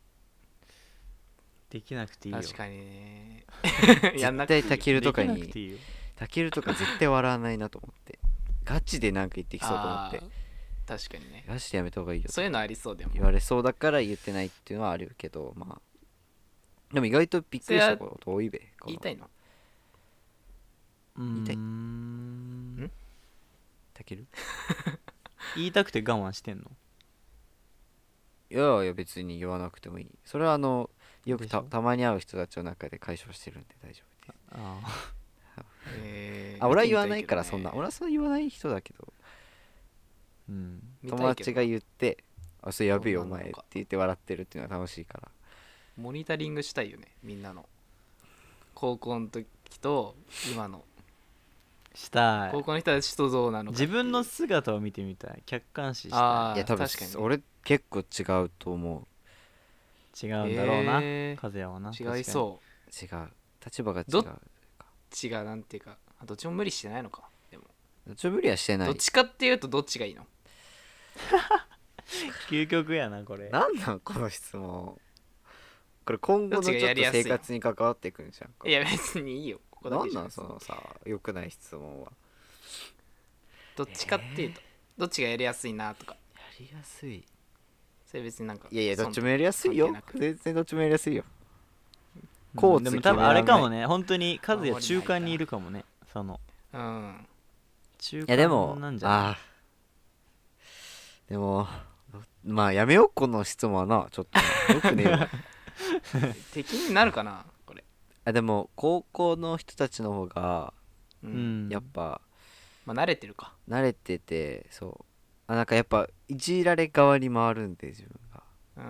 できなくていいよ。 確かにね絶対タケルとかにできなくていいよ。 タケルとか絶対笑わないなと思って、ガチでなんか言ってきそうと思って、 確かにね。 ガチでやめた方がいいよそういうのありそうでも言われそうだから言ってないっていうのはあるけど、まあでも意外とびっくりしたこと多いべ。 言いたいの？ 言いたいん？ タケル言いたくて我慢してんの？ いや別に言わなくてもいい。それはよくたまに会う人たちの中で解消してるんで大丈夫です。俺は言わないからそんな、俺はそう言わない人だけど、友達が言ってそれやべえよお前って言って笑ってるっていうのは楽しいから。 モニタリングしたいよね、みんなの高校の時と今の。 したい。 高校の人たちとどうなのか、 自分の姿を見てみたい。客観視したいや多分確かに俺結構違うと思い。違うんだろうな、和也はな。 違いそう。 違う、立場が違う。 違う、なんていうか、どっちも無理してないのか。でもどっちも無理はしてない。 どっちかっていうとどっちがいいの？ 究極やなこれ。 なんなんこの質問。これ今後のちょっと生活に関わっていくんじゃんか。 いや別にいいよ、ここだけじゃ。 なんなんそのさ、良くない質問は。 どっちかっていうと、どっちがやりやすいなとか。 やりやすい。 それ別になんか。 いやどっちもやりやすいよ。全然どっちもやりやすいよ。 でも多分あれかもね、本当に和也中間にいるかもね。その中間なんじゃない？ でもまあやめようこの質問はな。ちょっとよくねえよ敵になるかなこれ。 でも高校の人たちの方がやっぱ慣れてるか。 慣れてて、そうなんかやっぱいじられ側に回るんで自分が。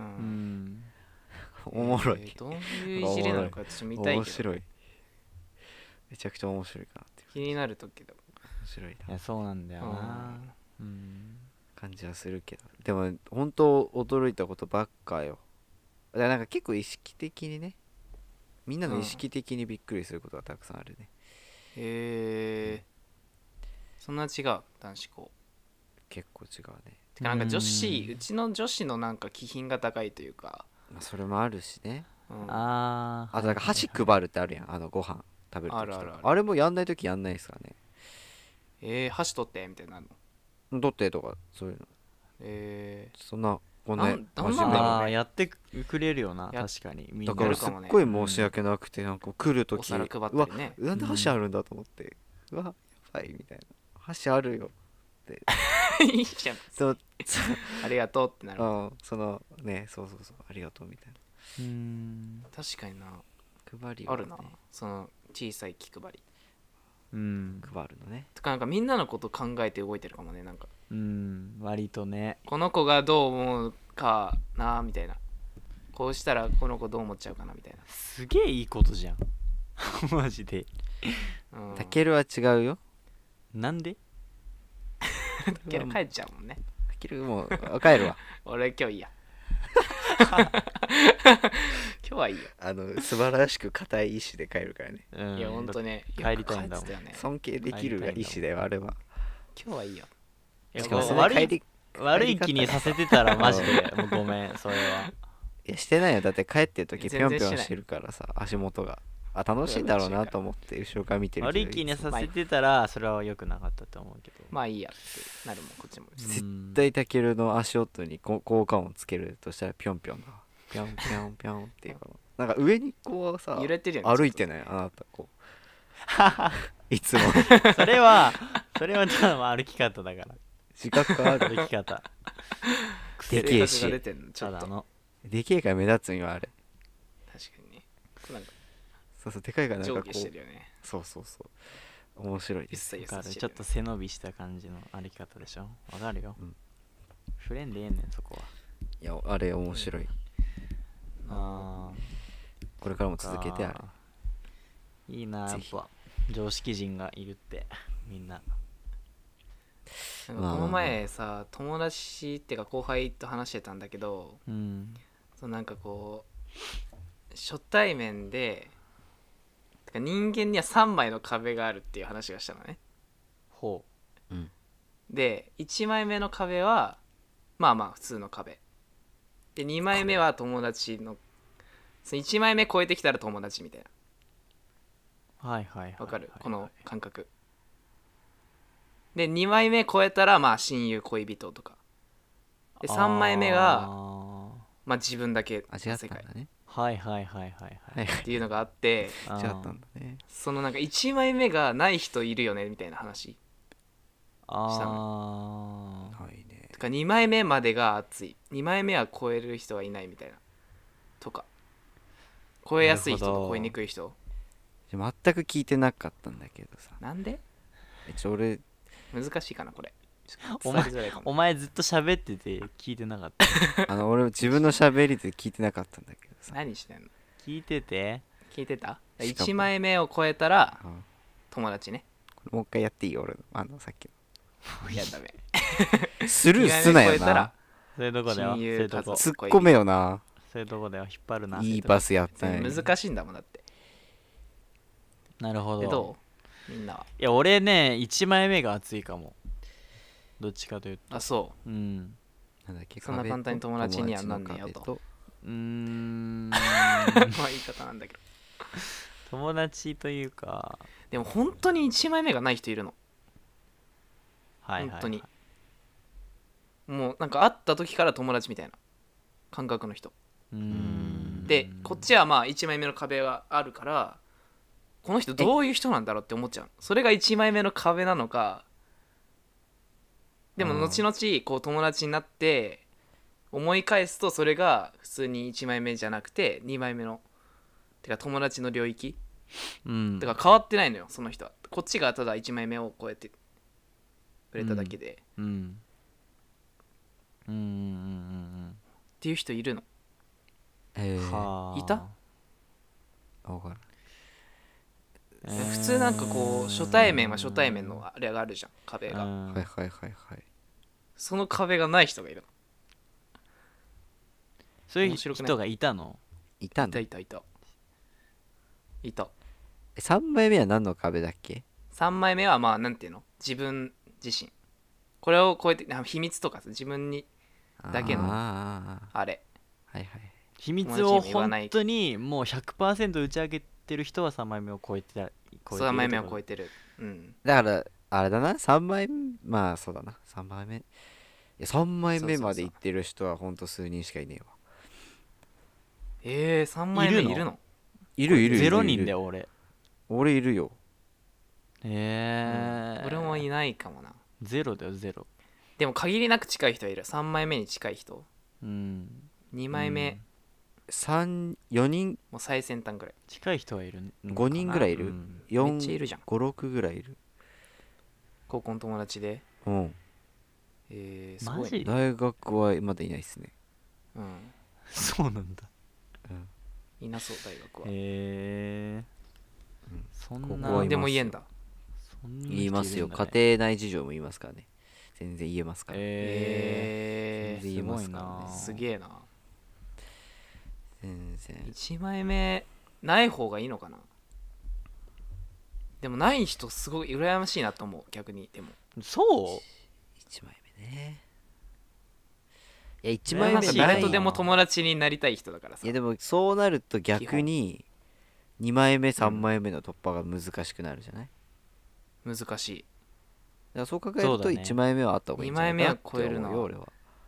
おもろい。 どういういじりなのか私見たいけど。 面白い。めちゃくちゃ面白いかなって気になるとけど。 面白いな。 いやそうなんだよな。 感じはするけど、でも本当驚いたことばっかよ。 からなんか結構意識的にね、みんなの意識的にびっくりすることがたくさんあるね。 へえ、そんな違う男子校。 結構違うね。 てかなんか女子、うちの女子のなんか気品が高いというか、 まあそれもあるしね。 ああとなんか箸配るってあるやん、ご飯食べる時とか。 あるあるあるあれもやんない時やんないですかね。 箸取ってみたいになるの。 取ってとかそういうの。そんなこんななん真面目なんだろうねあーやってくれるよな、 や確かにみんなだからすっごい申し訳なくて、なんか来る時お皿配うわったりね。 なんで箸あるんだと思って、うわやばいみたいな、箸あるよっていいじゃん。 そうありがとうってなる。 そのね、そうありがとうみたいな確かにな。 配りはねあるな。その小さい気配り。 配るのね。 とかなんかみんなのこと考えて動いてるかもね。なんか割とね。 この子がどう思うかなみたいな。こうしたらこの子どう思っちゃうかなみたいな。 すげえいいことじゃんマジで。 たけるは違うよ。 なんで？ たける帰っちゃうもんね。 たけるもう帰るわ俺今日いいや。今日はいいよ。 素晴らしく固い意志で帰るからね。 いやほんとね、 帰りたいんだもんよく帰ってたよね。 尊敬できるが意志だよあれは。 今日はいいよ。 しかもその悪い帰り悪い気にさせてたらマジでもうごめん、それは。 いやしてないよ。だって帰ってる時ぴょんぴょ全然してないんしてるからさ、足元が楽しいんだろうなと思って後ろから見てるけど、 悪い気にさせてたらそれは良くなかったと思うけど。 まあいいやってなるもんこっちも。 絶対たけるの足音に効果音つけるとしたらぴょんぴょんだ。ぴょんぴょんぴょんっていうかなんか上にこうさ揺れてるよね。 歩いてないあなたこういつもそれはただ歩き方だから。 自覚ある。 歩き方。 でけえ性格が出してんのちょっと。 ただの。 でけえから目立つんよあれ。 確かにね。なんかそうでかいからなんか上こう下してるよね。 そう面白いです。 一切わかる。ちょっと背伸びした感じの歩き方でしょ。わかるよ。フレンでええねんそこは。 いやあれ面白い。 あこれからも続けてあれ。 いいな、やっぜひぱ常識人がいるってみんな。 なんかこの前さ、友達っていうか後輩と話してたんだけど、そのなんかこう初対面でてか人間には3枚の壁があるっていう話がしたのね。 ほで1枚目の壁はまあまあ普通の壁で、2枚目は友達の、その1枚目超えてきたら友達みたいな。 はいはいはい。 わかるこの感覚で、2枚目超えたらまあ親友恋人とかで、3枚目がまあ自分だけあ違ったの世界んだね。 はいはいはいはいはい。 っていうのがあって、 あー違ったんだね。 そのなんか1枚目がない人いるよねみたいな話したはいね。 とか、2枚目までが熱い、2枚目は超える人はいないみたいなとか、超えやすい人と超えにくい人。 全く聞いてなかったんだけどさ。 なんで俺難しいかなこれ。 お前伝わりづらいかもお前ずっと喋ってて聞いてなかった。 俺自分の喋りで聞いてなかったんだけどさ。 何してんの。 聞いてて。 聞いてた。 しかも 1枚目を超えたらうん友達ね。 これもう一回やっていい俺のさっきいやダメ。 のスルーすなよ 2枚目超えたらな。 そういうとこだよ。そう親友いうとこ。 突っ込めよな。 そういうとこだよ。引っ張るな。 いいパスやったね。 難しいんだもんだって。 なるほど。 でどうみんなは。 いや俺ね1枚目が熱いかも。どっちかというと。 あそなんだっけ、 そんな簡単に友達にはなんねえよと壁ままあ言い方なんだけど。 友達というか。 でも本当に1枚目がない人いるの。 はいはい、はい、 本当にもうなんか会った時から友達みたいな感覚の人で、こっちはまあ1枚目の壁があるから、この人どういう人なんだろうって思っちゃう。それが1枚目の壁なのか、でも後々こう友達になって思い返すとそれが普通に1枚目じゃなくて2枚目のてか友達の領域、だから変わってないのよその人は。こっちがただ1枚目を超えてくれただけで、っていう人いるの。いた分からん。 普通なんかこう初対面は初対面のあれがあるじゃん、壁が。 はいはいはいはい。 その壁がない人がいるの。 そういう面白くない人がいたの？ いいたのたいたいたいた。 3枚目は何の壁だっけ？ 3枚目はまあなんていうの、自分自身、これを超えて秘密とかさ、自分にだけのあれ、 はいはい。 秘密友達をにも言わない本当にもう 100% 打ち上げてる人は3枚目を超えてた、 3枚目を超ええてる。うんだからあれだな、3枚目、まあそうだな、3枚目、いや3枚目まで行ってる人はほんと数人しかいねえわ。 3枚目いるの？ いるいるいるいる。 0人で俺いるよ。 俺もいないかもな。 ゼロだよゼロ。 でも限りなく近い人はいる。3枚目に近い人、 うん 2枚目、 4人もう最先端ぐらい。 近い人はいるのかな。 5人ぐらいいる、 うんめっちゃいるじゃん。 456ぐらいいる。 高校の友達で。 うんすごいね。 マジ大学はまだいないっすね。 うんそうなんだ。 いなそう、大学は。 そんなここはいますよでも言えんだ。 そんな人言いますよ、 るんだね。 家庭内事情も言いますからね。全然言えますから、 全え然言えますからねすごいな。 すげえな。 全然 1枚目ない方がいいのかな。でもない人すごい羨ましいなと思う、逆に。でもそう 1枚目ね。いや1 羨ましい。 枚目ない誰とでも友達になりたい人だからさ。 いやでもそうなると逆に2枚目3枚目の突破が難しくなるじゃない、だか難しい。 らそう考えるとそうだね 1枚目はあった方がいいんじゃないかなって思うよ。 二枚目は超えるな俺は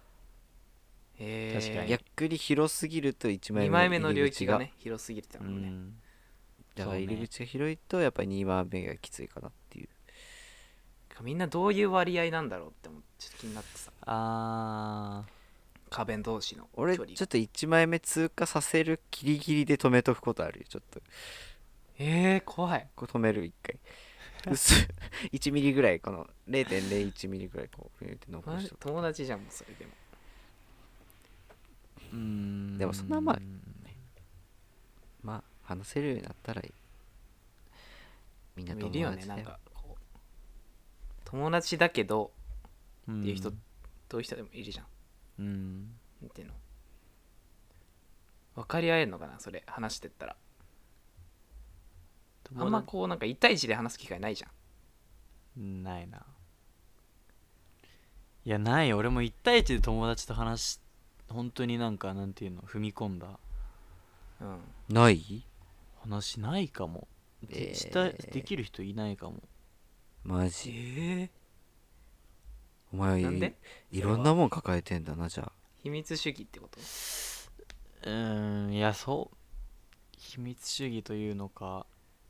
確かに逆に広すぎると1枚 2 目枚目の領入り口が域がね、広すぎるってうのもね。 んだからそうね入り口が広いとやっぱり2枚目がきついかなっていう。 みんなどういう割合なんだろうって思ってちょっと気になってさ、 あ壁同士の距離が。 俺ちょっと1枚目通過させるギリギリで止めとくことあるよ。ちょっと怖い。 こう止める1回薄1ミリぐらい、この 0.01 ミリぐらいこうふーって残しとく。 友達じゃんもうそれでも。 でもそんなまあまあ話せるようになったらいい。みんなでもいるよね、 友達だよ。 なんかこう友達だけどっっていう人、どういう人でもいるじゃん。 うんなんていうの、分かり合えるのかな、それ話してったら。あんまこうなんか1対1で話す機会ないじゃん。 ないな。いやない。俺も1対1で友達と本当になんかなんていうの、踏み込んだない話ないかも。できる人いないかも。 マジお前なんでいろんなもん抱えてんだな。じゃあ秘密主義ってこと？ いやそう秘密主義というのか、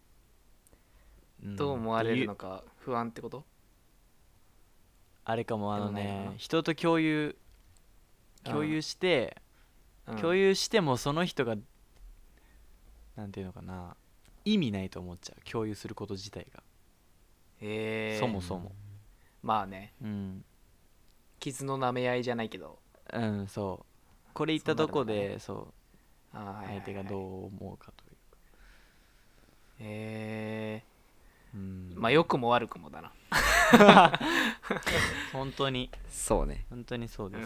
どう思われるのか不安ってこと？ あれかも。 でもないのかな人と共有して共有してもその人がなんていうのかな、意味ないと思っちゃう。共有すること自体がそもそも。 まあね、傷の舐め合いじゃないけど、 そうこれ言ったとこでそう相相手がどう思うかというか。 まあ良くも悪くもだな。 本当にそうね。 本当にそうです。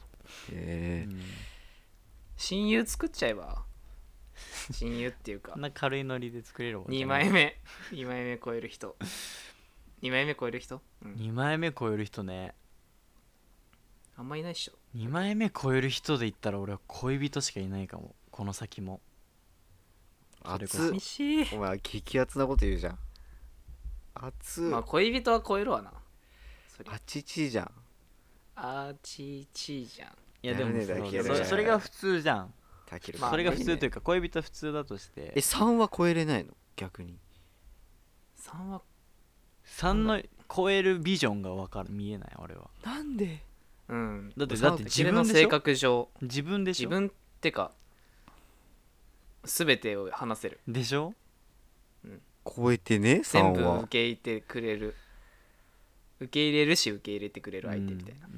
親友作っちゃえば。親友っていうかこんな軽いノリで作れるもん。 2枚目超える人2枚目超える人、 2枚目超える人ね。 あんまいないっしょ。 2枚目超える人で言ったら俺は恋人しかいないかも、この先も。 熱っ。 寂しい。 お前激アツなこと言うじゃん。熱っ。 まあ恋人は超えるわな。 あちちじゃん。 あちちじゃん。 いやでもやるねだけやるねそれが普通じゃん。 たける。 まあそれが普通というか恋人普通だとして 3は超えれないの？逆に 3は 3の超えるビジョンが見えない俺は。 なんで？ だって自分の性格上自分でしょ。 自分ってか全てを話せるでしょ。 超えてね。3 全部は受け入れてくれる、受け入れるし受け入れてくれる相手みたいな。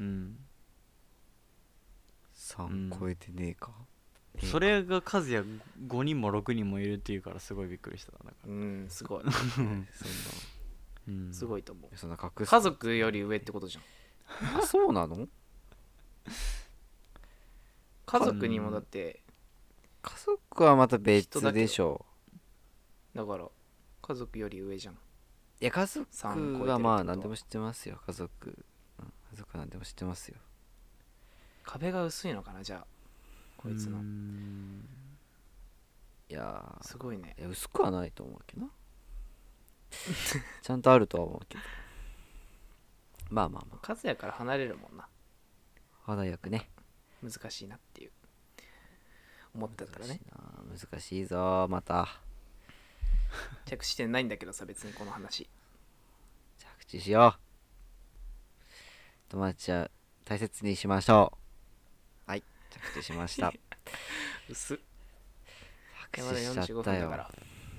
3超えてねえか。 それが数や5人も6人もいるっていうからすごいびっくりした。だからすごいすごいと思う。 そんな隠す。 家族より上ってことじゃん。 あ、そうなの？ 家族にもだって家族はまた別でしょだから家族より上じゃん。 う。いや家族 3超えてるってことははまあ何でも知ってますよ。家族、うん、家族は何でも知ってますよ。 壁が薄いのかなじゃあこいつの。 いやすごいね。 いや薄くはないと思うけどなちゃんとあるとは思うけど、まあまあま和也から離れるもんな。 あ程よくね。 難しいなっていう思ってたらね。 難しいぞまた。 着地点ないんだけどさ、別にこの話。 着地しよう。友達は大切にしましょう。はい、着地しました薄っ。 着まだ45 地しちゃったよ。 分だから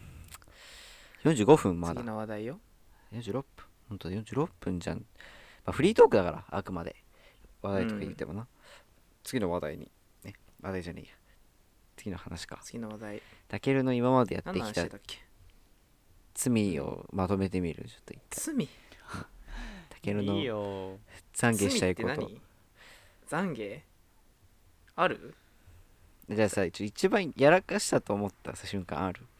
45分まだ次の話題よ。 46分。ほんと46分じゃん。まあ、フリートークだからあくまで話題とか言ってもな、次の話題にね、話題じゃねえや、次の話か。 次の話題タケルの今までやって何のきた話してたっけ。 罪をまとめてみる。ちょっと一回罪タケルのいいよ。 懺悔したいこと。 罪って何？懺悔ある？ じゃあさ、一番やらかしたと思ったさ瞬間ある？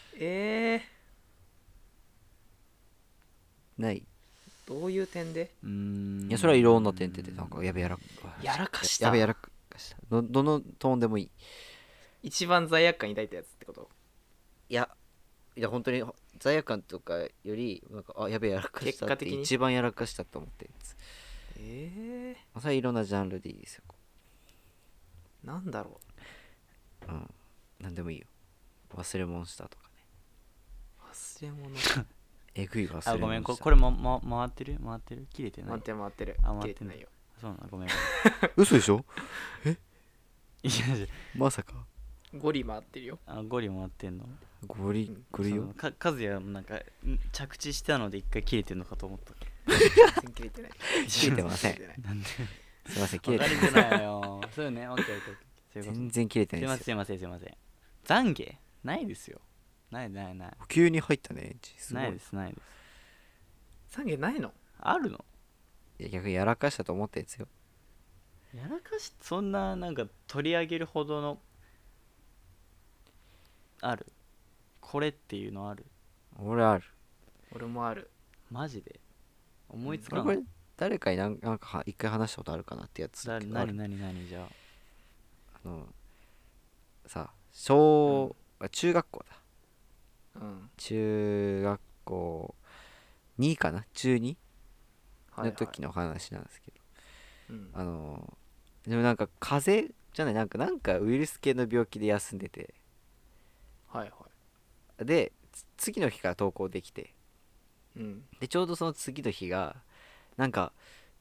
ない？ どういう点で？ いやそれはいろんな点でなんかやべやらかした。 やべやらかしたどのトーンでもいい。 一番罪悪感抱いたやつってこと？ いや本当に罪悪感とかよりなんかやべやらかしたって結果的に一番やらかしたと思ってるやつ。まあそれはいろんなジャンルでいいですよ。 なんだろう。 なんでもいいよ。忘れ物したとかね。 忘れ物えぐい忘れ物した。 あ、ごめん、これも、回ってる切れてない。 回ってる。 あ、回ってない切れてないよ。 そうなの、ごめん。 嘘でしょ？ いや、 まさかゴリ回ってるよ。 ゴリ回ってんの。 ゴリよ。 和也もなんか着地したので一回切れてんのかと思った。 全然切れてない。 切れてません。 切れてない。 なんで？ すいません、切れて分かれてないよ。そうよね、オッケーオッケーオッケー。そういうこと全然切れてないですよ。 すいません。懺悔ないですよ。ない急に入ったね。すごい。 ないです。 懺悔ないの？ あるの？ いや逆にやらかしたと思ったやつよ。 やらかし、そんななんか取り上げるほどのある？これっていうのある？ 俺ある。 俺もある。 マジで思いつかん。 これ誰かになんか一回話したことあるかなってやつ。 何じゃあ。 さ中学校だ。中学校2かな、中2の時の話なんですけど、でもなんか風邪じゃない、なんかウイルス系の病気で休んでて、で次の日から登校できて、でちょうどその次の日がなんか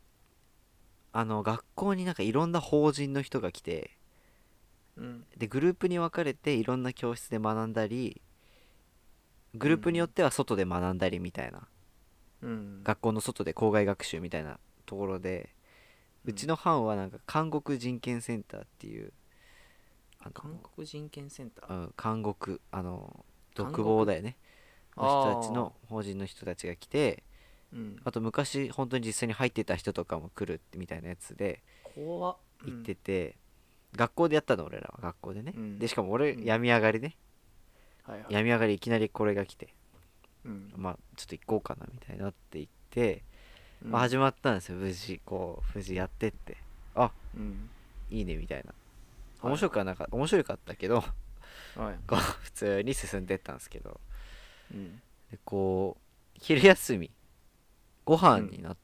学校になんかいろんな法人の人が来て、でグループに分かれていろんな教室で学んだり、グループによっては外で学んだりみたいな、学校の外で校外学習みたいなところで、うちの班はなんか韓国人権センターっていう韓国人権センター、 韓国独房だよねの人たちの法人の人たちが来て、あと昔本当に実際に入ってた人とかも来るってみたいなやつで行ってて、学校でやったの、俺らは学校でね、でしかも俺病み上がりね、病み上がりいきなりこれが来て、まあちょっと行こうかなみたいになって行って、まあ、始まったんですよ。無事やってって、いいねみたいな。面白かったけどこう普通に進んでったんですけど、でこう昼休みご飯になって、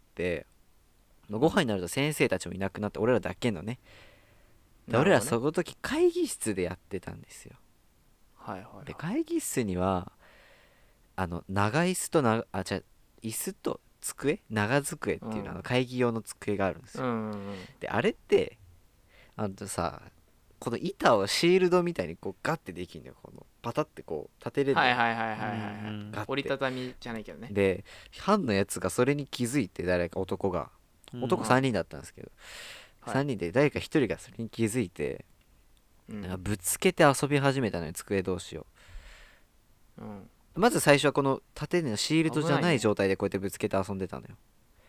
ご飯になると先生たちもいなくなって俺らだけのね、で俺らその時会議室でやってたんですよ。で会議室には長椅子と椅子と机、長机っていうの、会議用の机があるんですよ。であれってさ、この板をシールドみたいにこうガッてできるのよ。このパタってこう立てれるの。 折りたたみじゃないけどね。 で班のやつがそれに気づいて、誰か男3人だったんですけど、3人で誰か1人がそれに気づいて、ぶつけて遊び始めたのよ、机同士を。まず最初はこの縦のシールドじゃない状態でこうやってぶつけて遊んでたのよ。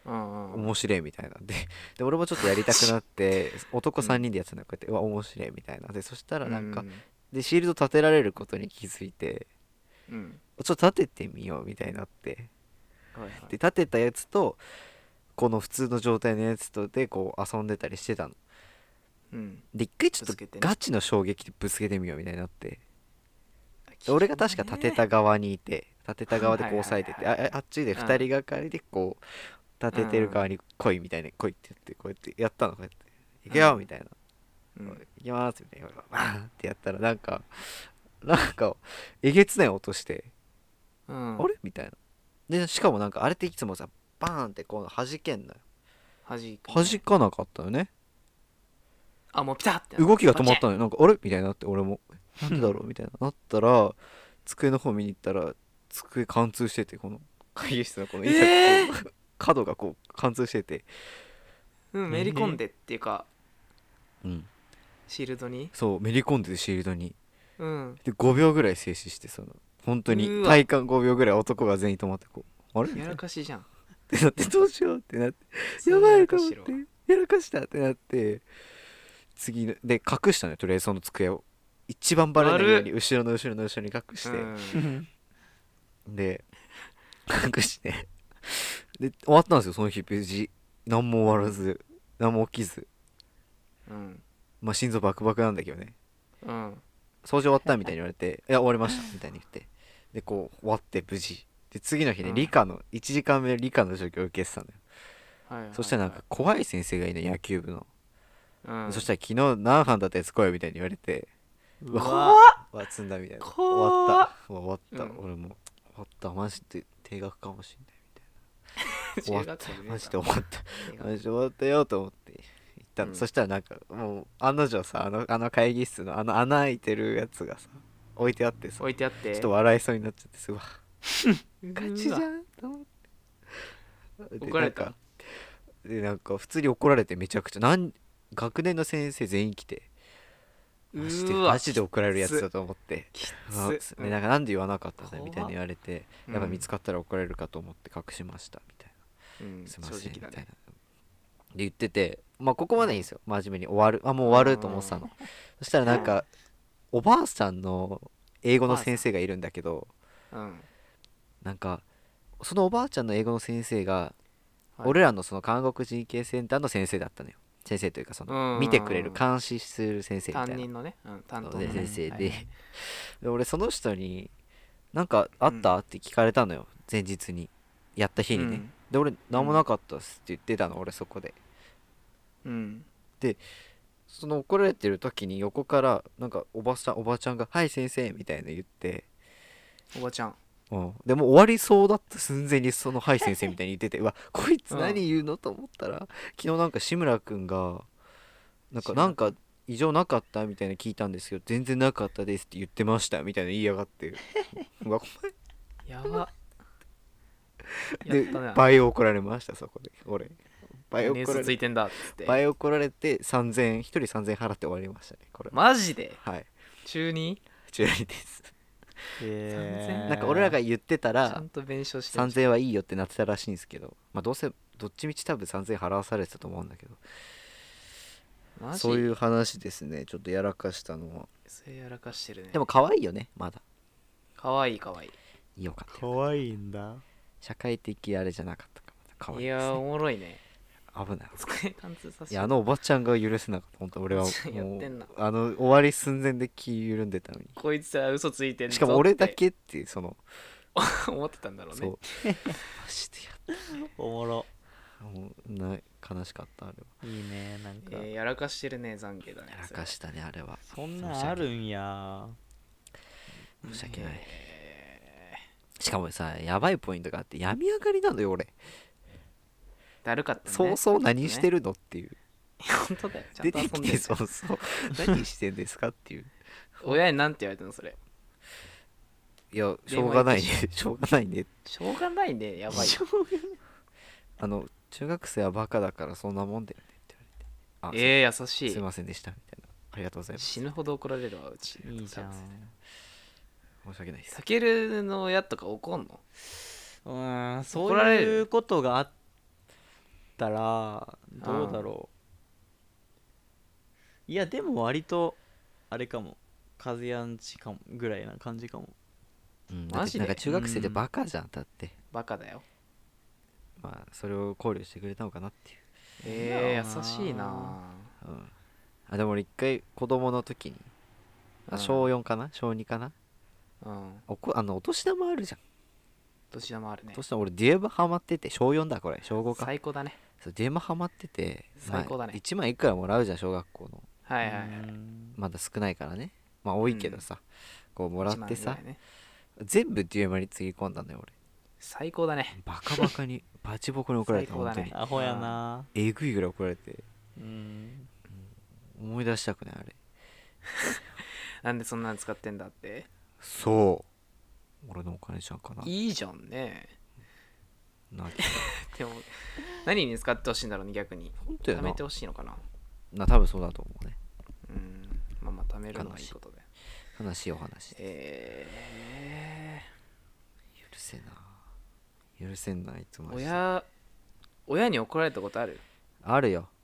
うんうん面白いみたいなんで俺もちょっとやりたくなって男3人でやってたのこうやってうわ面白いみたいなでそしたらなんかでシールド立てられることに気づいてうんちょっと立ててみようみたいになってはいはいで立てたやつとこの普通の状態のやつとでこう遊んでたりしてたのうんで一回ちょっとぶつけてねガチの衝撃でぶつけてみようみたいになってで俺が確か立てた側にいて立てた側でこう押さえててはいはいはいはいあっちで2人がかりでこう立ててる側に来いみたいな来いって言ってこうやってやったのこうやって行くよみたいなうん行きますみたいなバーンってやったらなんかえげつない音してうんあれみたいなでしかもなんかあれっていつもさバーンってこう弾けんのよ弾くね弾かなかったよねあもうピタッてな動きが止まったバのよなんかあれみたいになって俺もなんでだろうみたいななったら机の方見に行ったら机貫通しててこの会議室のこのえ角がこう貫通しててチェうんめり込んでっていうかうんシールドにそうめり込んでてシールドにうんで5秒ぐらい静止して本当にうわ体感5秒ぐらい男が全員止まってこうあれみたいなっやらかしじゃんてなってどうしようってなってそれやばやらかしろいと思ってやらかしたってなって次ので隠したのよとりあえずその机を一番バレないように後ろの後ろの後ろに隠して、 うんで隠してで終わったんですよその日無事何も終わらず何も起きずうんまあ心臓バクバクなんだけどねうん掃除終わったみたいに言われていや終わりましたみたいに言ってでこう終わって無事で次の日ね、 うん理科の1時間目理科の授業を受けてたのよ、 はいはいはいそしたらなんか怖い先生がいるの野球部の、 うんそしたら昨日何班だったやつ来いみたいに言われてううわわわ積んだみたいな怖っ終わったもう終わった、 うん俺も終わったマジで定額かもしんないみたいな終わった中学生でマジで終わった映画マジで終わったよと思って行ったの、 うんそしたらなんかもう案の定さあの会議室の穴開いてるやつがさ置いてあってさ置いてあってちょっと笑いそうになっちゃってすごいガガチじゃんと思ってで怒られたなんかでなんか普通に怒られてめちゃくちゃ学年の先生全員来てマジでうわマジで怒られるやつだと思ってきあつでなんかなんで言わなかったんだ怖っみたいに言われてうんやっぱ見つかったら怒られるかと思って隠しましたみたいうんなすいません正直だねみたいなで言っててまあここまでいいんですよ真面目に終わるもう終わると思ってたのそしたらなんかおばあさんの英語の先生がいるんだけどうんなんかそのおばあちゃんの英語の先生がはい俺らのその韓国人系センターの先生だったのよ先生というかそうんうんうんの見てくれる監視する先生みたいな担任のね担当そうでのね先生ではいはいで俺その人に「なんかあった?」って聞かれたのよ前日にやった日にね、 うんで俺「何もなかったっす」って言ってたの俺そこでうんその怒られてる時に横からなんかおばちゃんが「はい先生」みたいな言っておばちゃんでもう終わりそうだった寸前にその「はい先生」みたいに言っててうわこいつ何言うのと思ったら昨日なんか志村くんがなんか異常なかったみたいな聞いたんですけど全然なかったですって言ってましたみたいな言いやがってうわやばやでったね倍怒られましたそこで俺倍ニュー怒られスついてんだっつって倍怒られて3000円1人3000円払って終わりましたねこれマジではい中2 中2ですなんか俺らが言ってたちゃらんと弁償してる 3000円はいいよってなってたらしいんですけどまあどうせどっちみち多分3000円払わされてたと思うんだけどマジそういう話ですねちょっとやらかしたのはそれやらかしてるねでも可愛いよねまだかわいいかわいよかったかわいいんだ社会的あれじゃなかったかまだ可愛いやーおいですねもろいね危ない机貫通させいやおばちゃんが許せなかった本当俺はもやってんなう終わり寸前で気緩んでたのにこいつは嘘ついてんぞしかも俺だってけっていうその思ってたんだろうねそうマジでおもろもう悲しかったあれはいいねなんかやらかしてるね懺悔だねやらかしたねあれはそんなんあるんや申し訳ないしかもさやばいポイントがあって病み上がりなのよ俺だるかったねそうそう何してるのっていう本当だよちゃ出んと遊てきてんでるそうそう何してんですかっていう親になんて言われたのそれいやしょうがないねしょうがないねしょうがないねやばいよ中学生はバカだからそんなもんだよねって言われて優しいすいませんでしたみたいなありがとうございます死ぬほど怒られるわうちいいじゃん申し訳ないですたけるの親とか怒んのうんそ怒られるういうことがあったらどうだろう。いやでも割とあれかも、カズヤンチかもぐらいな感じかも。 うん、 マジでだってなんか中学生でバカじゃん、だってバカだよ。 まあそれを考慮してくれたのかなっていう。 優なしいな。 うんあでも俺一回子供の時に、 うん小4かな小2かな、 うんお年玉あるじゃん。 年玉あるねお。年玉俺デュエマハマってて、小4だこれ小5か。 最高だね。 そうデュエマハマってて、 最高だね 1万いくらもらうじゃん小学校の。 はいはいはい。 まだ少ないからね、まあ多いけどさ、こうもらって 1万さ、 ぐらいね。 全部デュエマにつぎ込んだのよ俺。 最高だね。 バカバカにバチボコに怒られた最高だね本当にアホやな。 えぐいぐらい怒られて、 うん思い出したくないあれ。 なんでそんなの使ってんだって。 そう俺のお金じゃんかな。 いいじゃんね。 なんてでも何に使ってほしいんだろうね、逆に。 本当やな貯めてほしいのかな。 多分そうだと思うね。 まあまあ貯めるのはいいことで。 悲しいお話。許せな許せんないつも親に怒られたことある？ あるよ。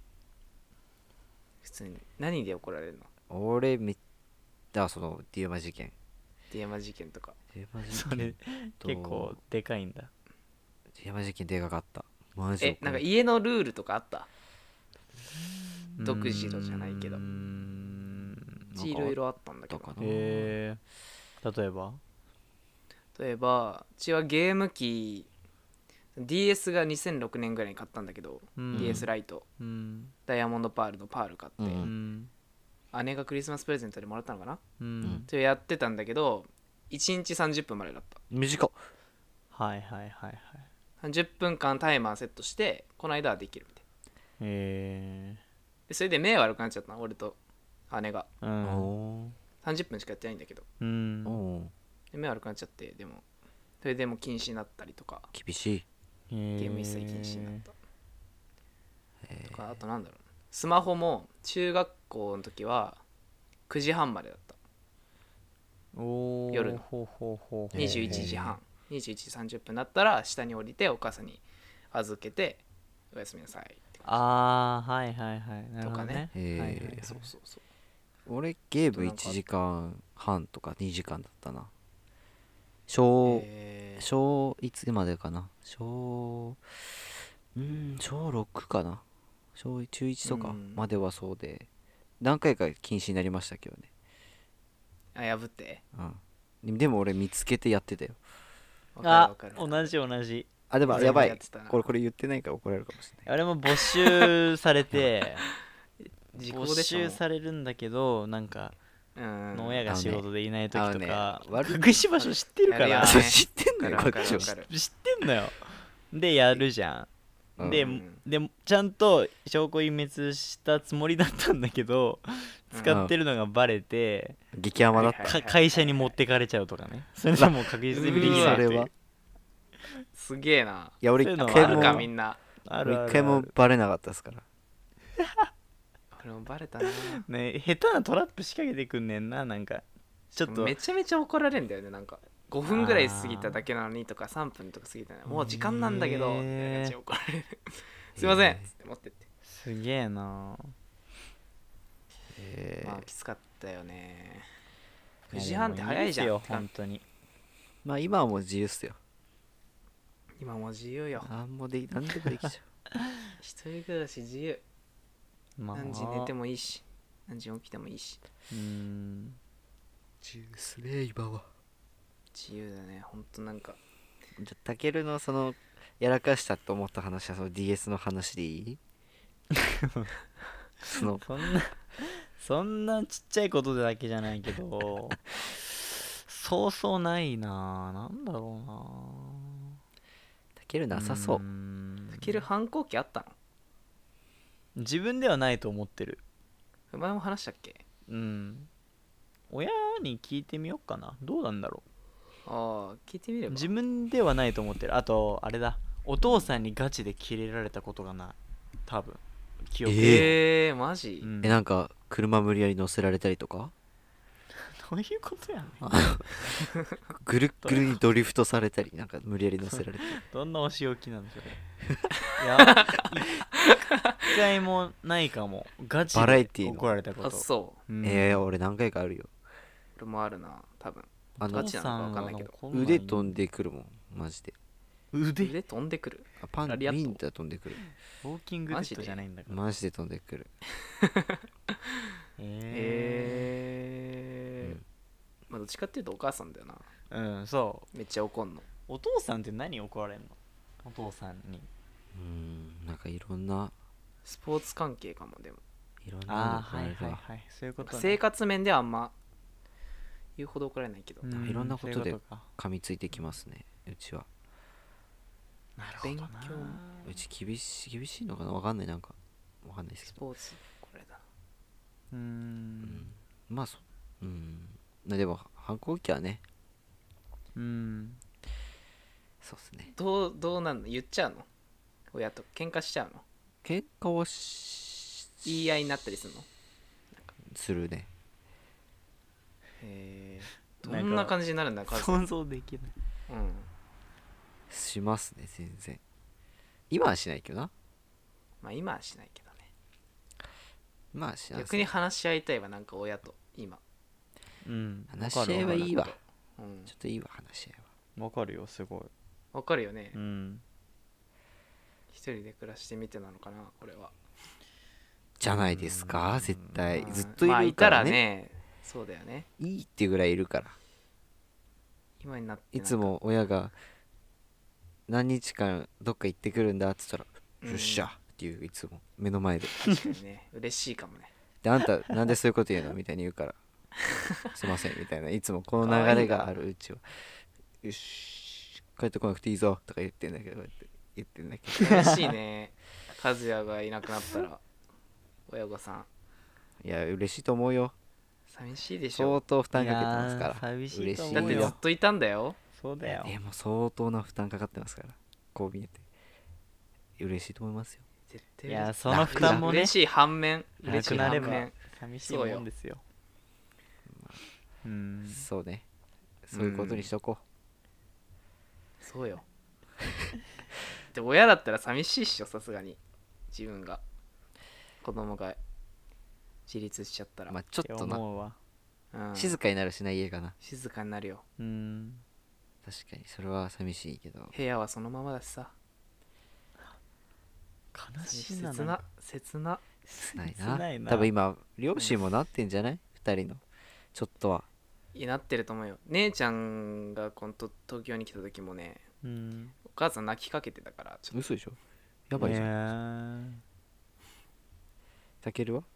普通に何で怒られるの？ 俺そのディエマ事件ディエマ事件とか。 ディエマ事それ件と結構でかいんだ。 ディエマ事件でかかったマジで。 なんか家のルールとかあった？独自のじゃないけど。うちいろいろあったんだけど。 かな。 へえ。例えば例えばうちはゲーム機 DS が2006年ぐらいに買ったんだけど、 うん DS ライトうんダイヤモンドパールのパール買って、 うんうん姉がクリスマスプレゼントでもらったのかな、 うんそれやってたんだけど1日30分までだった短っ。 はいはいはいはい。 30分間タイマーセットしてこの間はできるみたいへでそれで目悪くなっちゃったの俺と姉がえ。うんお 30分しかやってないんだけどうんーおで目悪くなっちゃってでもそれでもう禁止になったりとかー厳しい。 ゲゲーム一切禁止になったとかあとなんだろうスマホも中学校の時は9時半までだった夜のほうほうほう 21時半21時30分だったら下に降りてお母さんに預けておやすみなさいってああはいはいはいなるほどとかねねへーはいはいはいそうそうそう俺ゲーム1時間半とか2時間だったな。小いつまでかな小6かな中1とかまではそうで何回か禁止になりましたけどね。 破ってでも俺見つけてやってたよ。 わかるわかる同じ同じ。 でも俺もやばいやってたなこれ言ってないから怒られるかもしれない。 あれも没収されて没時効でしょ収されるんだけどなんかうん親が仕事でいない時とか悪い隠し場所知ってるからやるよね知ってんのよわこっちは。 かるわかる知ってんのよ。でやるじゃん。 うんでちゃんと証拠隠滅したつもりだったんだけど使ってるのがバレて激甘だった。 はい会社に持ってかれちゃうとかね。それでもう確実にできないっていうそれはすげえないや俺そういうのもある一回もかみんなあるあるある一回もバレなかったですから。 俺もバレたなね下手なトラップ仕掛けてくんねんななんかちょっとめちゃめちゃ怒られるんだよねなんか5分ぐらい過ぎただけなのにとか3分とか過ぎたのにもう時間なんだけどみたいな感じで怒られるすいませんっつって持ってってすげえな。 まあきつかったよね9時半って早いじゃんやでもいいですよ本当に。 まあ今はもう自由っすよ。 今もう自由よなんでもできちゃ一人暮らし自由まあ何時寝てもいいし何時起きてもいいし自由っすね今は。 自由だねほんとなんかじゃあたけるのそのやらかしたと思った話はその DS の話でいいそのそんなちっちゃいことだけじゃないけどそうそうないな。なんだろうな。 たけるなさそう。 たける反抗期あったの自分ではないと思ってる。 前も話したっけ親に聞いてみようかな。どうなんだろああ聞いてみれう。 ば自分ではないと思ってる。あとあれだ、お父さんにガチでキレられたことがない多分記憶。 マジ、 なんか車無理やり乗せられたりとかどういうことやねん。 ぐるっぐるにドリフトされたりなんか無理やり乗せられたりどんなお仕置きなんでしょうね。 いや一回もないかも。ガチでバラエティーのあ怒られたこと。 そううん俺何回かあるよ。 俺もあるな多分あのガチなのか分かんないけど腕飛んでくるもんマジで。 腕腕飛んでくるパンラリアットビンタ飛んでくる。 ウォーキングデッドじゃないんだから。 マジで飛んでくる。 まあどっちかっていうとお母さんだよなうん、そめっちゃ怒んのう。お父さんって何怒られんの？お父さんに。 なんかいろんなスポーツ関係かもでもいろんなああ、 のはいがはいはい。そういうことね。 生活面ではあんま言うほど怒られないけど、 うんいろんなことでそういうか噛みついてきますねうちは。 なるほどな。 勉強もうち厳しいのかなわかんない。なんかわかんないですスけど。 ポーツこれだまあでも反抗期はね。そうっすね。 どうなんの言っちゃうの親と喧嘩しちゃうの喧嘩を言い合いになったりするのするね。 へえどんな感じになるんだ数想像できない。 うんしますね全然。今はしないけどな。 まあ今はしないけどねまあしない。 逆に話し合いたいわなんか親と今うん。 話し合いはいいわ。 うんちょっといいわ話し合いは。 わかるよ、すごい。 わかるよねうん。 一人で暮らしてみてなのかなこれはじゃないですか絶対。 うんずっといまあいたるからね。 らねそうだよねいいっていうぐらいいるから。 今になっていつも親が何日間どっか行ってくるんだっつったらうんよっしゃっていう、いつも目の前で。 確かにね嬉しいかもねであんたなんでそういうこと言うのみたいに言うからすいませんみたいな。いつもこの流れがあるうちはよし帰ってこなくていいぞとか言ってんだけど、こうやって言ってんだけど嬉しいね和也がいなくなったら親御さんいや嬉しいと思うよ。 寂しいでし相ょ当負担かけてますかいやら。 ー寂しいと嬉しいだってずよっといたんだよそうだよ。 も相当な負担かかってますから。こう見えて嬉しいと思いますよ。 絶対いや、その負担もね嬉、しい反面な嬉しいくなれば反面寂しいもんですよ。うん。 そうね。そういうことにしとこそうよで親だったら寂しいっしょさすがに自分が子供が自立しちゃったら、 まあちょっとな思うわ。 うん、 静かになるしない家がな。 静かになるようん。 確かにそれは寂しいけど。 部屋はそのままだしさ悲しいな。 切な切な切ない切ないな多分今両親もなってんじゃない二人のちょっとは。 なってると思うよ姉ちゃんが東京に来た時もねうん。 お母さん泣きかけてたからちょっ嘘でしょ。やばいじゃん。 ん。 たけるは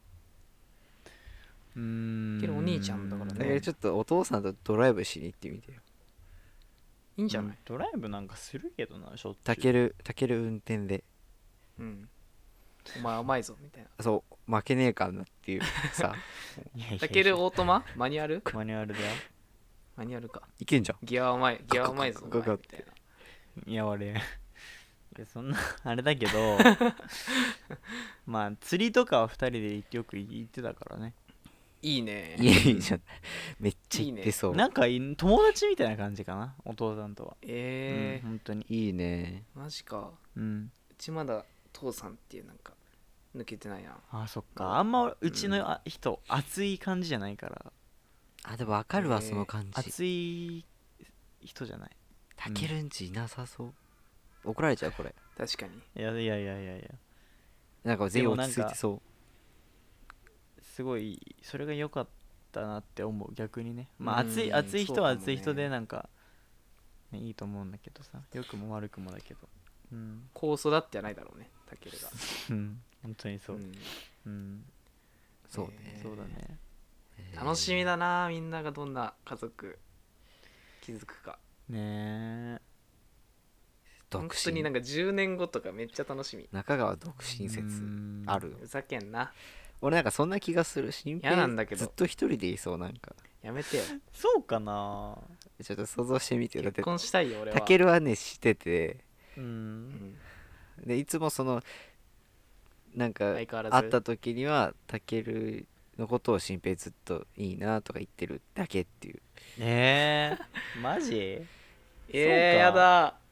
けどお兄ちゃんだからねたけるちょっとお父さんとドライブしに行ってみてよ。 いいんじゃない、 ドライブなんかするけどな、しょっちゅう。 たける運転でうんお前甘いぞみたいなそう負けねえかなっていうさいやいやいやたけるオートママニュアルマニュアルだよ。 マニュアルかいけんじゃん。 ギア甘いギア甘いぞおガガガガ前みたいないや、俺。いや、そんな、あれだけど、まあ、釣りとかは2人でよく行ってたからね。 いいねいいじゃん。めっちゃ行ってそう。 なんか友達みたいな感じかな、お父さんとは。うん、本当に。 いいね。 マジかうん。 うちまだ父さんっていうなんか抜けてないなあ、そっか。あんまうちの人、熱い感じじゃないから。 あでも分かるわその感じ。 熱い人じゃない。 たけるんちいなさそう。怒られちゃうこれ。 確かにいやいやいやいやいや。 なんか全員落ち着いてそう。 すごい、それが良かったなって思う、逆にね。まあ、 うん熱い人はそうかもね熱い人で、なんか、ね、いいと思うんだけどさ。良くも悪くもだけど。うん。 こう育ってはないだろうねたけるがうん。本当にそう。 んうん。 そうね。 そうだね。 楽しみだなみんながどんな家族築くかねえ。 本独身当になんか10年後とかめっちゃ楽しみ中川独身説うんあるよ。 ふざけんな俺なんかそんな気がする。新嫌なんだけど平ずっと一人でいそう。なんかやめてよそうかな。 ちょっと想像してみてよ。だって結婚したいよ俺はたけるはねしてて、 う。 うんんでいつもそのなんか相変わらず会った時にはたけるのことを新平ずっといいなとか言ってるだけっていう。 えマジ。そうかやだ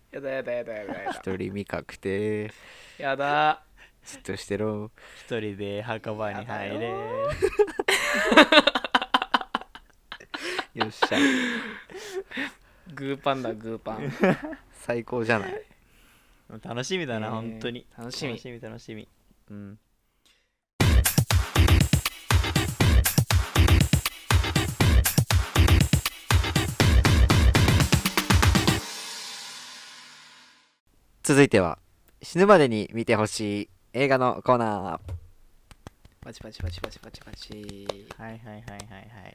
やだやだやだやだやだ一人身確定。 やだ。 じっとしてろ。 一人で墓場に入れ。 よっしゃ。 グーパンだグーパン。 最高じゃない。 楽しみだな、本当に。 楽しみ楽しみ楽しみ。うん。 続いては死ぬまでに見てほしい映画のコーナー。 パチパチパチパチパチパチ。 はいはいはいはいはい。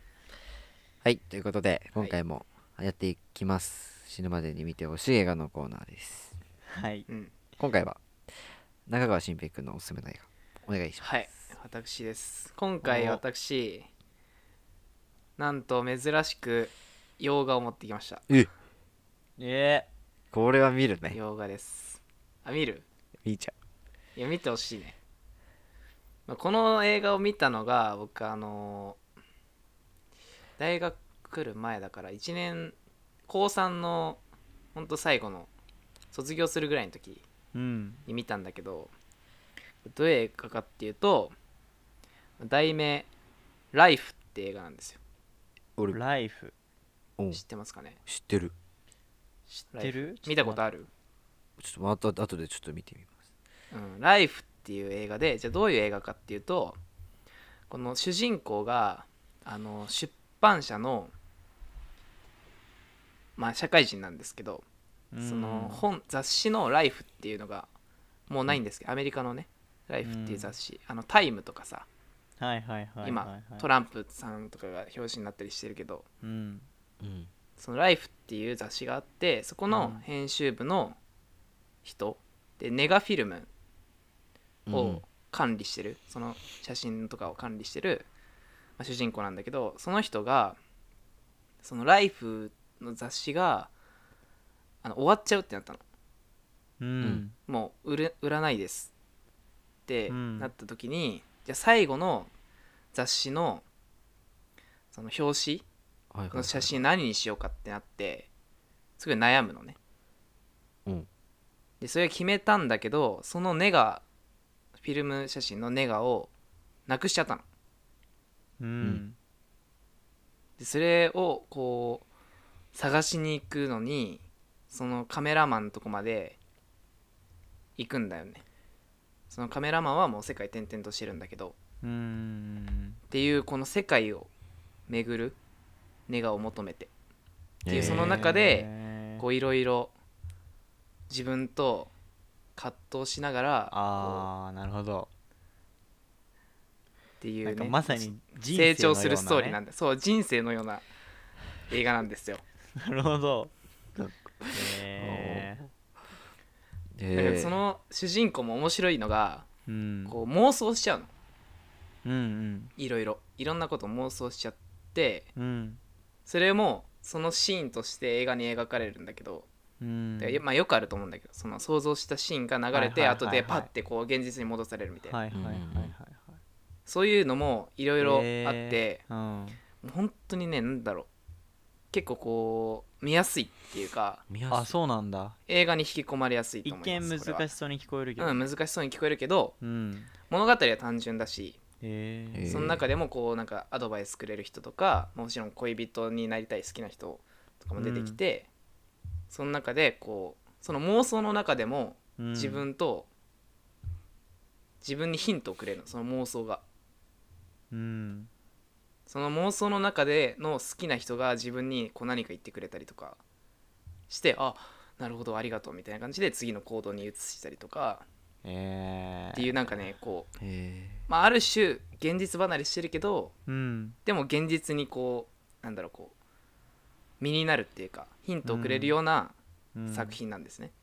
はい、ということで今回もやっていきます、死ぬまでに見てほしい映画のコーナーです。 はい。 うん。 今回は中川新平くんのおすすめの映画お願いします。 はい、私です。今回お私、なんと珍しく洋画を持ってきました。 これは見るね。 洋画です。あ、見る？ 見ちゃいや、見てほしいね。この映画を見たのが僕大学来る前だから1年高3のほんと最後の卒業するぐらいの時うん。 に見たんだけど、どういう映画かっていうと、題名ライフって映画なんですよ。 う。俺ライフ。 知ってますかね？ 知ってる。 知ってる？ 見たことある？ ちょっとまた後でちょっと見てみます。 ライフっていう映画で、じゃあどういう映画かっていうと、この主人公が出版社の社会人なんですけど、その雑誌のライフっていうのがもうないんですけど、アメリカのねライフっていう雑誌、タイムとかさ、 はいはいはい。 今トランプさんとかが表紙になったりしてるけど、 うん。 そのライフっていう雑誌があって、そこの編集部の人でネガフィルムを管理してる、その写真とかを管理してる、主人公なんだけど、その人がそのライフの雑誌が終わっちゃうってなったの。 うん。 もう売らないですってうんなった時に、じゃあ最後の雑誌のその表紙の写真何にしようかってなって、すごい悩むのね。でそれ決めたんだけど、そのフィルム写真のネガをなくしちゃったの。でそれをこう探しに行くのに、そのカメラマンのとこまで行くんだよね。そのカメラマンはもう世界転々としてるんだけど、っていうこの世界を巡るネガを求めてっていう、その中でこういろいろ自分と葛藤しながらなるほど。 っていうね、 まさに人生成長するストーリーななんで、そう、人生のような映画なんですよ。 なるほど。 だからその主人公も面白いのが、こう妄想しちゃうの。いろんなこと妄想しちゃって、それもそのシーンとして映画に描かれるんだけど、よくあると思うんだけど、その想像したシーンが流れて、後でパッてこう現実に戻されるみたいな、そういうのもいろいろあって、もう本当にね、なんだろう、結構こう見やすいっていうか、 そうなんだ。 映画に引き込まれやすいと思います。 一見難しそうに聞こえるけど、 難しそうに聞こえるけど、物語は単純だし、その中でもこうなんかアドバイスくれる人とか、もちろん恋人になりたい好きな人とかも出てきて、その中でこうその妄想の中でも自分にヒントをくれるの、その妄想が。その妄想の中での好きな人が自分にこう何か言ってくれたりとかして、あ、なるほどありがとうみたいな感じで次の行動に移したりとか、っていうなんかね、こう、ある種現実離れしてるけど、でも現実にこうなんだろう、こう身になるっていうかヒントをくれるような作品なんですね。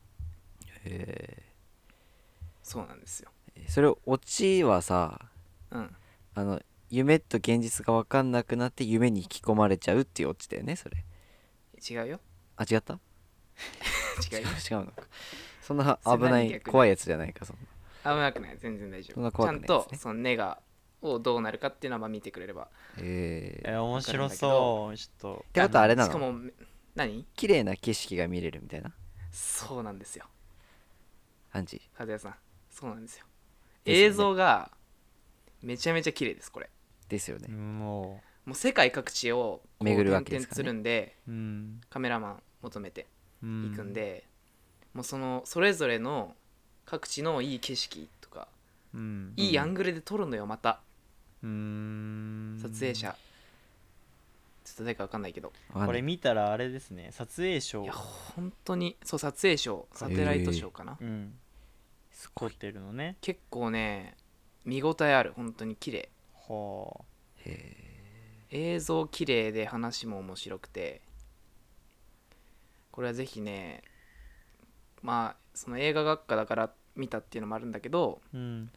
そうなんですよ。 それオチはさ、夢と現実が分かんなくなって夢に引き込まれちゃうっていうオチだよね、それ。 違うよ。 あ、違った？ 違うよ。 違うのか。そんな危ない怖いやつじゃないか。そんな危なくない、全然大丈夫。 ちゃんとそのネガをどうなるかっていうのは見てくれれば。 面白そう。ちょっとってことはあれなの？ しかも何？ 綺麗な景色が見れるみたいな。 そうなんですよアンジ和也さん、そうなんですよ。 ですよね映像がめちゃめちゃ綺麗ですこれ。 ですよね。 ももう世界各地をこう巡るわけですかね転々するんで、 ううんカメラマン求めて行行くんで、もうそれぞれの各地のいい景色とか、 うんいいアングルで撮るのよまた。 うん撮影者ちょっと誰か分かんないけど、 これ見たらあれですね、撮影賞いや本当にそう、撮影賞、サテライト賞かな、 うん撮ってるのね。 結構ね見応えある、本当に綺麗。 は映像綺麗で話も面白くて、これはぜひね、まあその映画学科だから見たっていうのもあるんだけど、 あ。うん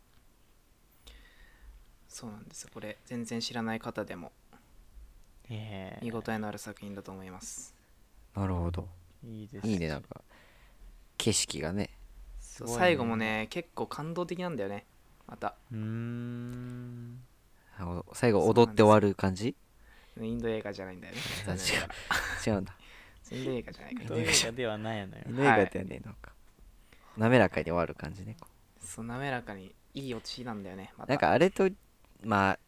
そうなんですよ、これ全然知らない方でもへ見応えのある作品だと思います。 なるほど。 えいいですいいね、なんか景色がね。 そうすごいね最後もね結構感動的なんだよねまた。 最後踊って終わる感じ。 インド映画じゃないんだよね、残念ながら違うんだ。 インド映画じゃないからどういう映画ではないのよインド映画ってね、なんか滑らかに終わる感じね。 そう滑らかにいいオチなんだよねまた。 なんかあれとまあ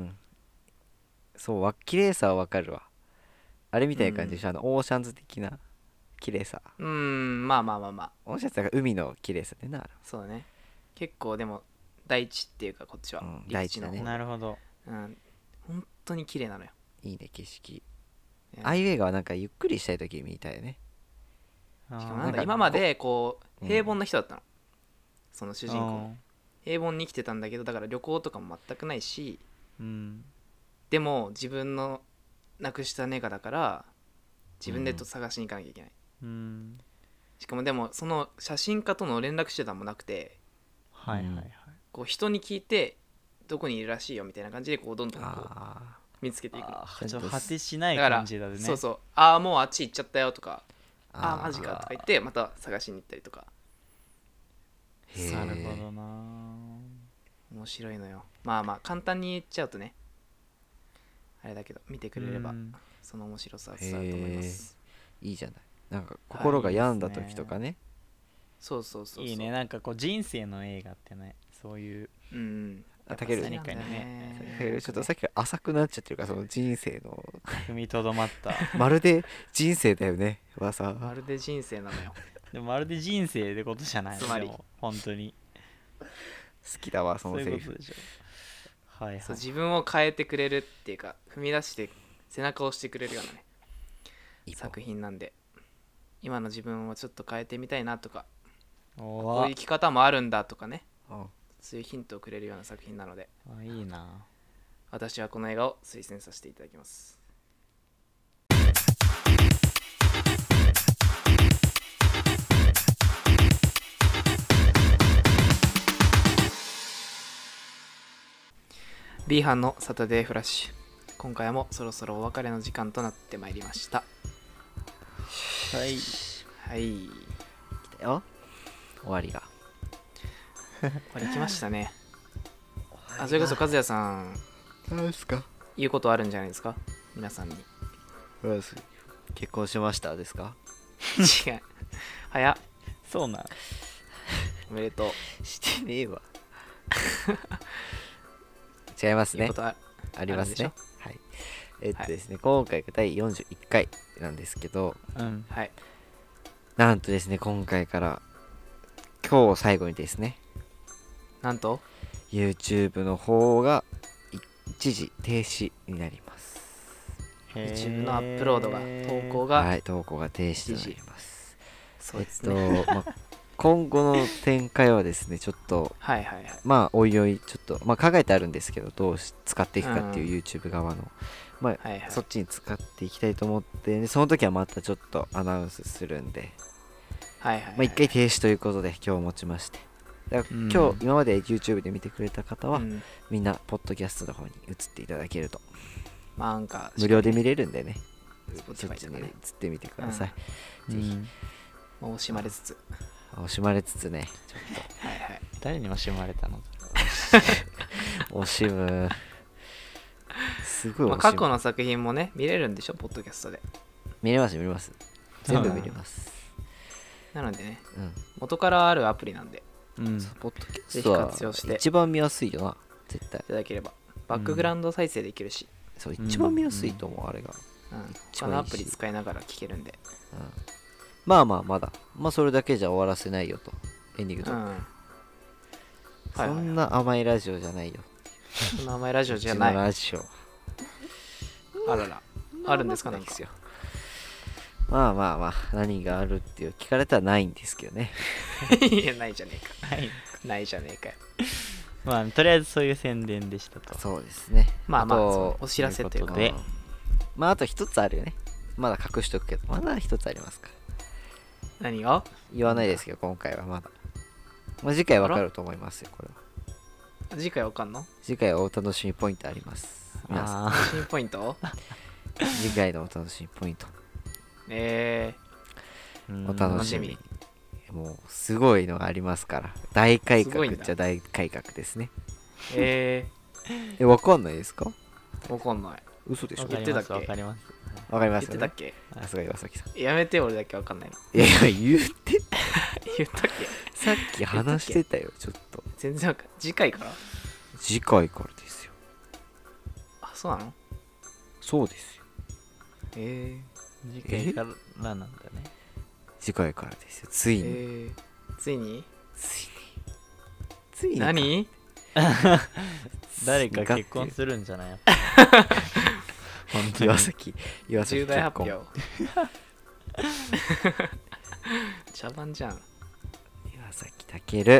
そう綺麗さはわかるわ。あれみたいな感じでしょ、オーシャンズ的な綺麗さ。 まあまあまあまあオーシャンズが海の綺麗さでな。 そうだね。結構でも大地っていうかこっちはうん陸地の方、 大地だねなるほど。 本当に綺麗なのよ。 いいね景色。 ねああいう映画はなんかゆっくりしたい時見たいよね。 しかしかもなんか今までこううん平凡な人だったの、その主人公も平凡に生きてたんだけど、だから旅行とかも全くないし、 うんでも自分のなくしたネガだから自分で探しに行かなきゃいけない、 うんしかもでもその写真家との連絡手段もなくて、 はいはいはい。 こう人に聞いてどこにいるらしいよみたいな感じでこうどんどんこうあ見つけていくの。 ちょっと果てしないだから感じだね。 そうそう、ああもうあっち行っちゃったよとか、 ーああマジかとか言ってまた探しに行ったりとか、 へーなるほどな。 面白いのよ。まあまあ簡単に言っちゃうとねあれだけど、見てくれればうんその面白さは伝わると思います。 いいじゃない。なんか心が病んだ時とかね。 そうそうそうそう、 いいね、なんかこう人生の映画ってね、そういううんあたける何かにねちょっとさっきから浅くなっちゃってるからその人生の踏みとどまったまるで人生だよねはさまるで人生なのよ。 でもまるで人生ってことじゃないの。 つまりでも本当に好きだわそそうのセリフいうことでしょ。はいはい。 そう自分を変えてくれるっていうか踏み出して背中を押してくれるようなね一歩作品なんで、今の自分をちょっと変えてみたいなとか、 おこういう生き方もあるんだとかね、 うんそういうヒントをくれるような作品なので、 あいいな。 私はこの映画を推薦させていただきます。B 班のサタデーフラッシュ、今回もそろそろお別れの時間となってまいりました。 はい。 はい、 来たよ終わりがこれ来ましたね。あ、それこそ和也さん何すか言うことあるんじゃないですか、皆さんに。 結婚しましたですか違う、早っ、 そうなん。 おめでとう。 してねえわ違いますね言うことありますねあはいですね、今回が第41回なんですけど、 うん。 はい、 なんとですね今回から今日最後にですねなんと YouTube の方が一時停止になります。 YouTube のアップロードが投稿が、 はい投稿が停止となります。 そうですね、 今後の展開はですねちょっとはいはいはい、 まあおいおいちょっと考えてあるんですけど、どう使っていくかっていう YouTube 側のはいはい、 そっちに使っていきたいと思ってでその時はまたちょっとアナウンスするんで、 はいはいはい、 一回停止ということで今日持ちまして、だからうん今日今まで YouTube で見てくれた方は、 うん、 みんなポッドキャストの方に移っていただけるとまあアンカー無料で見れるんでね、 Spotify そっちに移とかねってみてください。ぜひうんもう惜しまれつつ、 惜しまれつつねはいはい、 誰に惜しまれたの？ 惜しむすごい惜しむ、 まあ、過去の作品もね見れるんでしょ、ポッドキャストで。 見れます全部見れます。 なのでねうん元からあるアプリなんでうんポッドキャぜひストは活用して一番見やすいよな絶対いただければバックグラウンド再生できるし、 そう一番見やすいと思うあれが他のアプリ使いながら聞けるんでまあまあまだまあそれだけじゃ終わらせないよとエンディングとはいそはいんな甘いラジオじゃないよそんな甘いラジオじゃうちないのラジオあららあるんですかなんかですよまあまあまあ何があるっていう聞かれたらないんですけどねいやないじゃねえかはいないじゃねえかよまあとりあえずそういう宣伝でしたと。 そうですねまあまあとそうお知らせというかというこまああと一つあるよねまだ隠しとくけどまだ一つありますから何が言わないですけど今回はまだまあ次回わかると思いますよこれは次回わかんの次回はお楽しみポイントあります皆さんあ新ポイント次回のお楽しみポイントえーお楽しみ楽しもうすごいのがありますから大改すごいんだ革っちゃ大改革ですねわわかんないですかかんない嘘でしょわかります言ってたっけわかります。 わかりますよね言ってたっけさすが岩崎さんやめて俺だけわかんないのいやいや言って言ったっけさっき話してたよちょっと全然わかん次回から次回からですよあそうなのそうですよ次回からなんだね。 次回からですよついに、 ついについに何誰か結婚するんじゃない？本当に岩崎重大発結婚表茶番じゃん岩崎健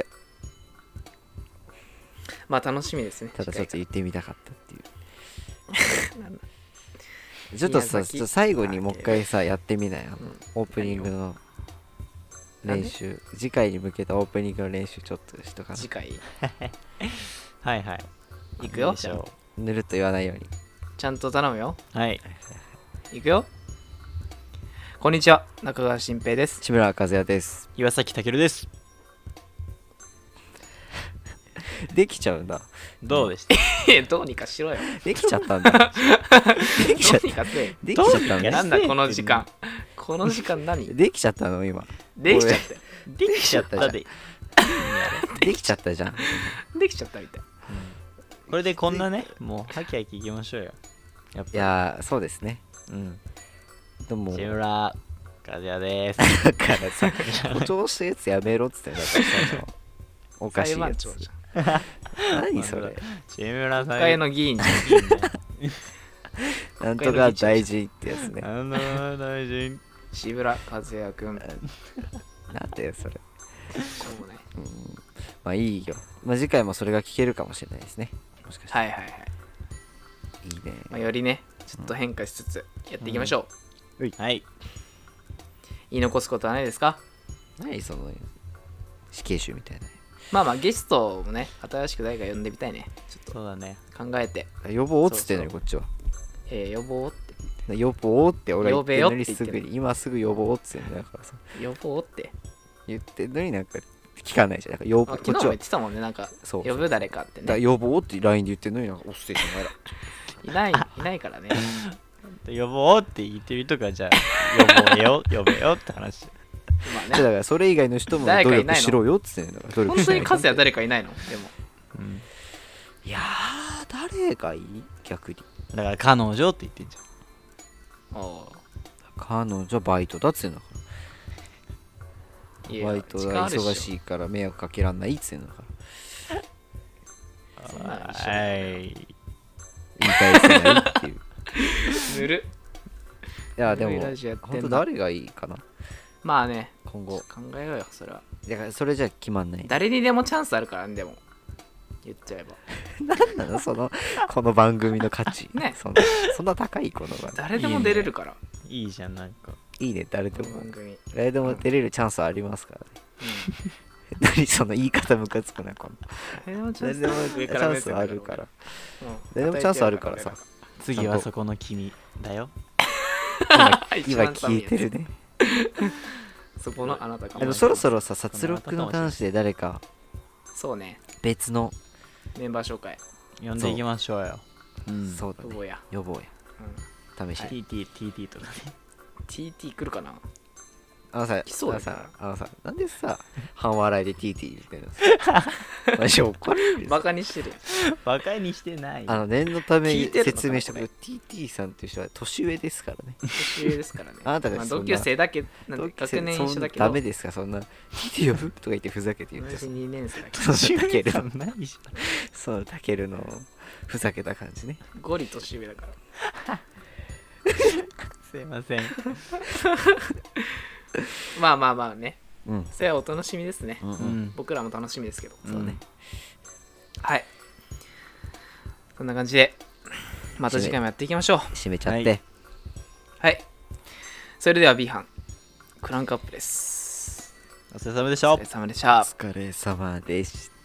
まあ楽しみですねただちょっと次言ってみたかったっていう回からなんだちょっとさ宮崎ちょっと最後にもう一回さやってみないうんオープニングの練習次回に向けたオープニングの練習ちょっとしとかな次回はいはい。 いくよいでしょぬるっと言わないようにちゃんと頼むよう。はい。 いくよこんにちは中川新平です志村和也です岩崎健です。 できちゃうんだどうでした？ どうにかしろよできちゃったんだできちゃっどうにかせえできちゃったんだどうにかなんだこの時間この時間何できちゃったの今できちゃったよできちゃったで。 できちゃったじゃんできちゃったみたいこれでこんなね、もうハキハキいきましょうよ。やっぱいやーそうですねうん。 でも志村和也です。 だからさ誇張したやつやめろっつってんだからおかしい裁判やつ長じゃん何それ志村さん。 国会の議員じゃんいいんだよなんとか大事ってやつね大臣。 志村和也くんなんだよそれそうねまあいいよまあ次回もそれが聞けるかもしれないですねもしかしてはいはいはい、 いいねまあ、よりねちょっと変化しつつやっていきましょう、 はい。 言い残すことはないですか何その死刑囚みたいまあまあゲストもね新しく誰か呼んでみたいねちょっそうだね。 と考えてな予防っつってんのにそこっちは予防って予防って俺は言ってんのに呼べよって言ってんのすぐに今すぐ予防っつってんだからさ予防って言ってんのになんか聞かないじゃんなんか予防あこっちは昨日も言ってたもんねなんかそう呼ぶ誰かってだからね予防って LINE で言ってんのになんか押してんのお前らいないからね呼ぼうって言ってる人がじゃあ呼ぼうよ呼べよって話。 まあねだからそれ以外の人も努誰かいないの力しろよっつってんだから努力本当にしないと和也誰かいないのでもうん。 いやー誰がいい逆にだから彼女って言ってんじゃん。 お彼女バイトだっつってんだかいやらバイト時間あるっが忙しいから迷惑かけらんないっつってんだからそんなの一緒はい。 言い返せないっていうぬるいやでもぬるいラジオやってんな本当誰がいいかなまあね今後考えようよそれはだからそれじゃ決まんない誰にでもチャンスあるからねでも言っちゃえば何なのそのこの番組の価値ねそんな高いこの番組誰でも出れるからいいじゃん、なんか。 いいね誰こでもの番組誰でも出れるチャンスはありますからね何その言い方ムカつくなこの誰でもチャンス誰でもチ上からャンスあるからうん誰でもチャンスあるからさ次はそこの君だよ。 今聞いてるねそこのあなたかもでもそろそろさ殺戮の関して誰かそうね別のメンバー紹介呼んでいきましょうよ。 そうだね呼ぼうや予防や試しに TT とかね。 TT 来るかなあのさ来そうだななんでさ半笑いで TT みたいなさマジ怒られるよバカにしてるよ。 バカにしてない念のために聞いてるのかな説明しておくと TT さんっていう人は年上ですからね。 年上ですからね。 あなたがまあ、 そんな同級生だけ、なんで学年一緒だけど、 ダメですかそんな TT 呼ぶとか言ってふざけて言っ同じてさ 2年生だけど、 そのタケルのないしそうタケルのふざけた感じね。 ゴリ年上だから。 すいませんまあまあまあね。 うんそれはお楽しみですね。 うんううんん僕らも楽しみですけど。 そうね。 はい。そんな感じで、また次回もやっていきましょう。 締めちゃって、 はいはい。それでは B 班、クランクアップです。 お疲れ様でしたお疲れ様でした。 お疲れ様でした。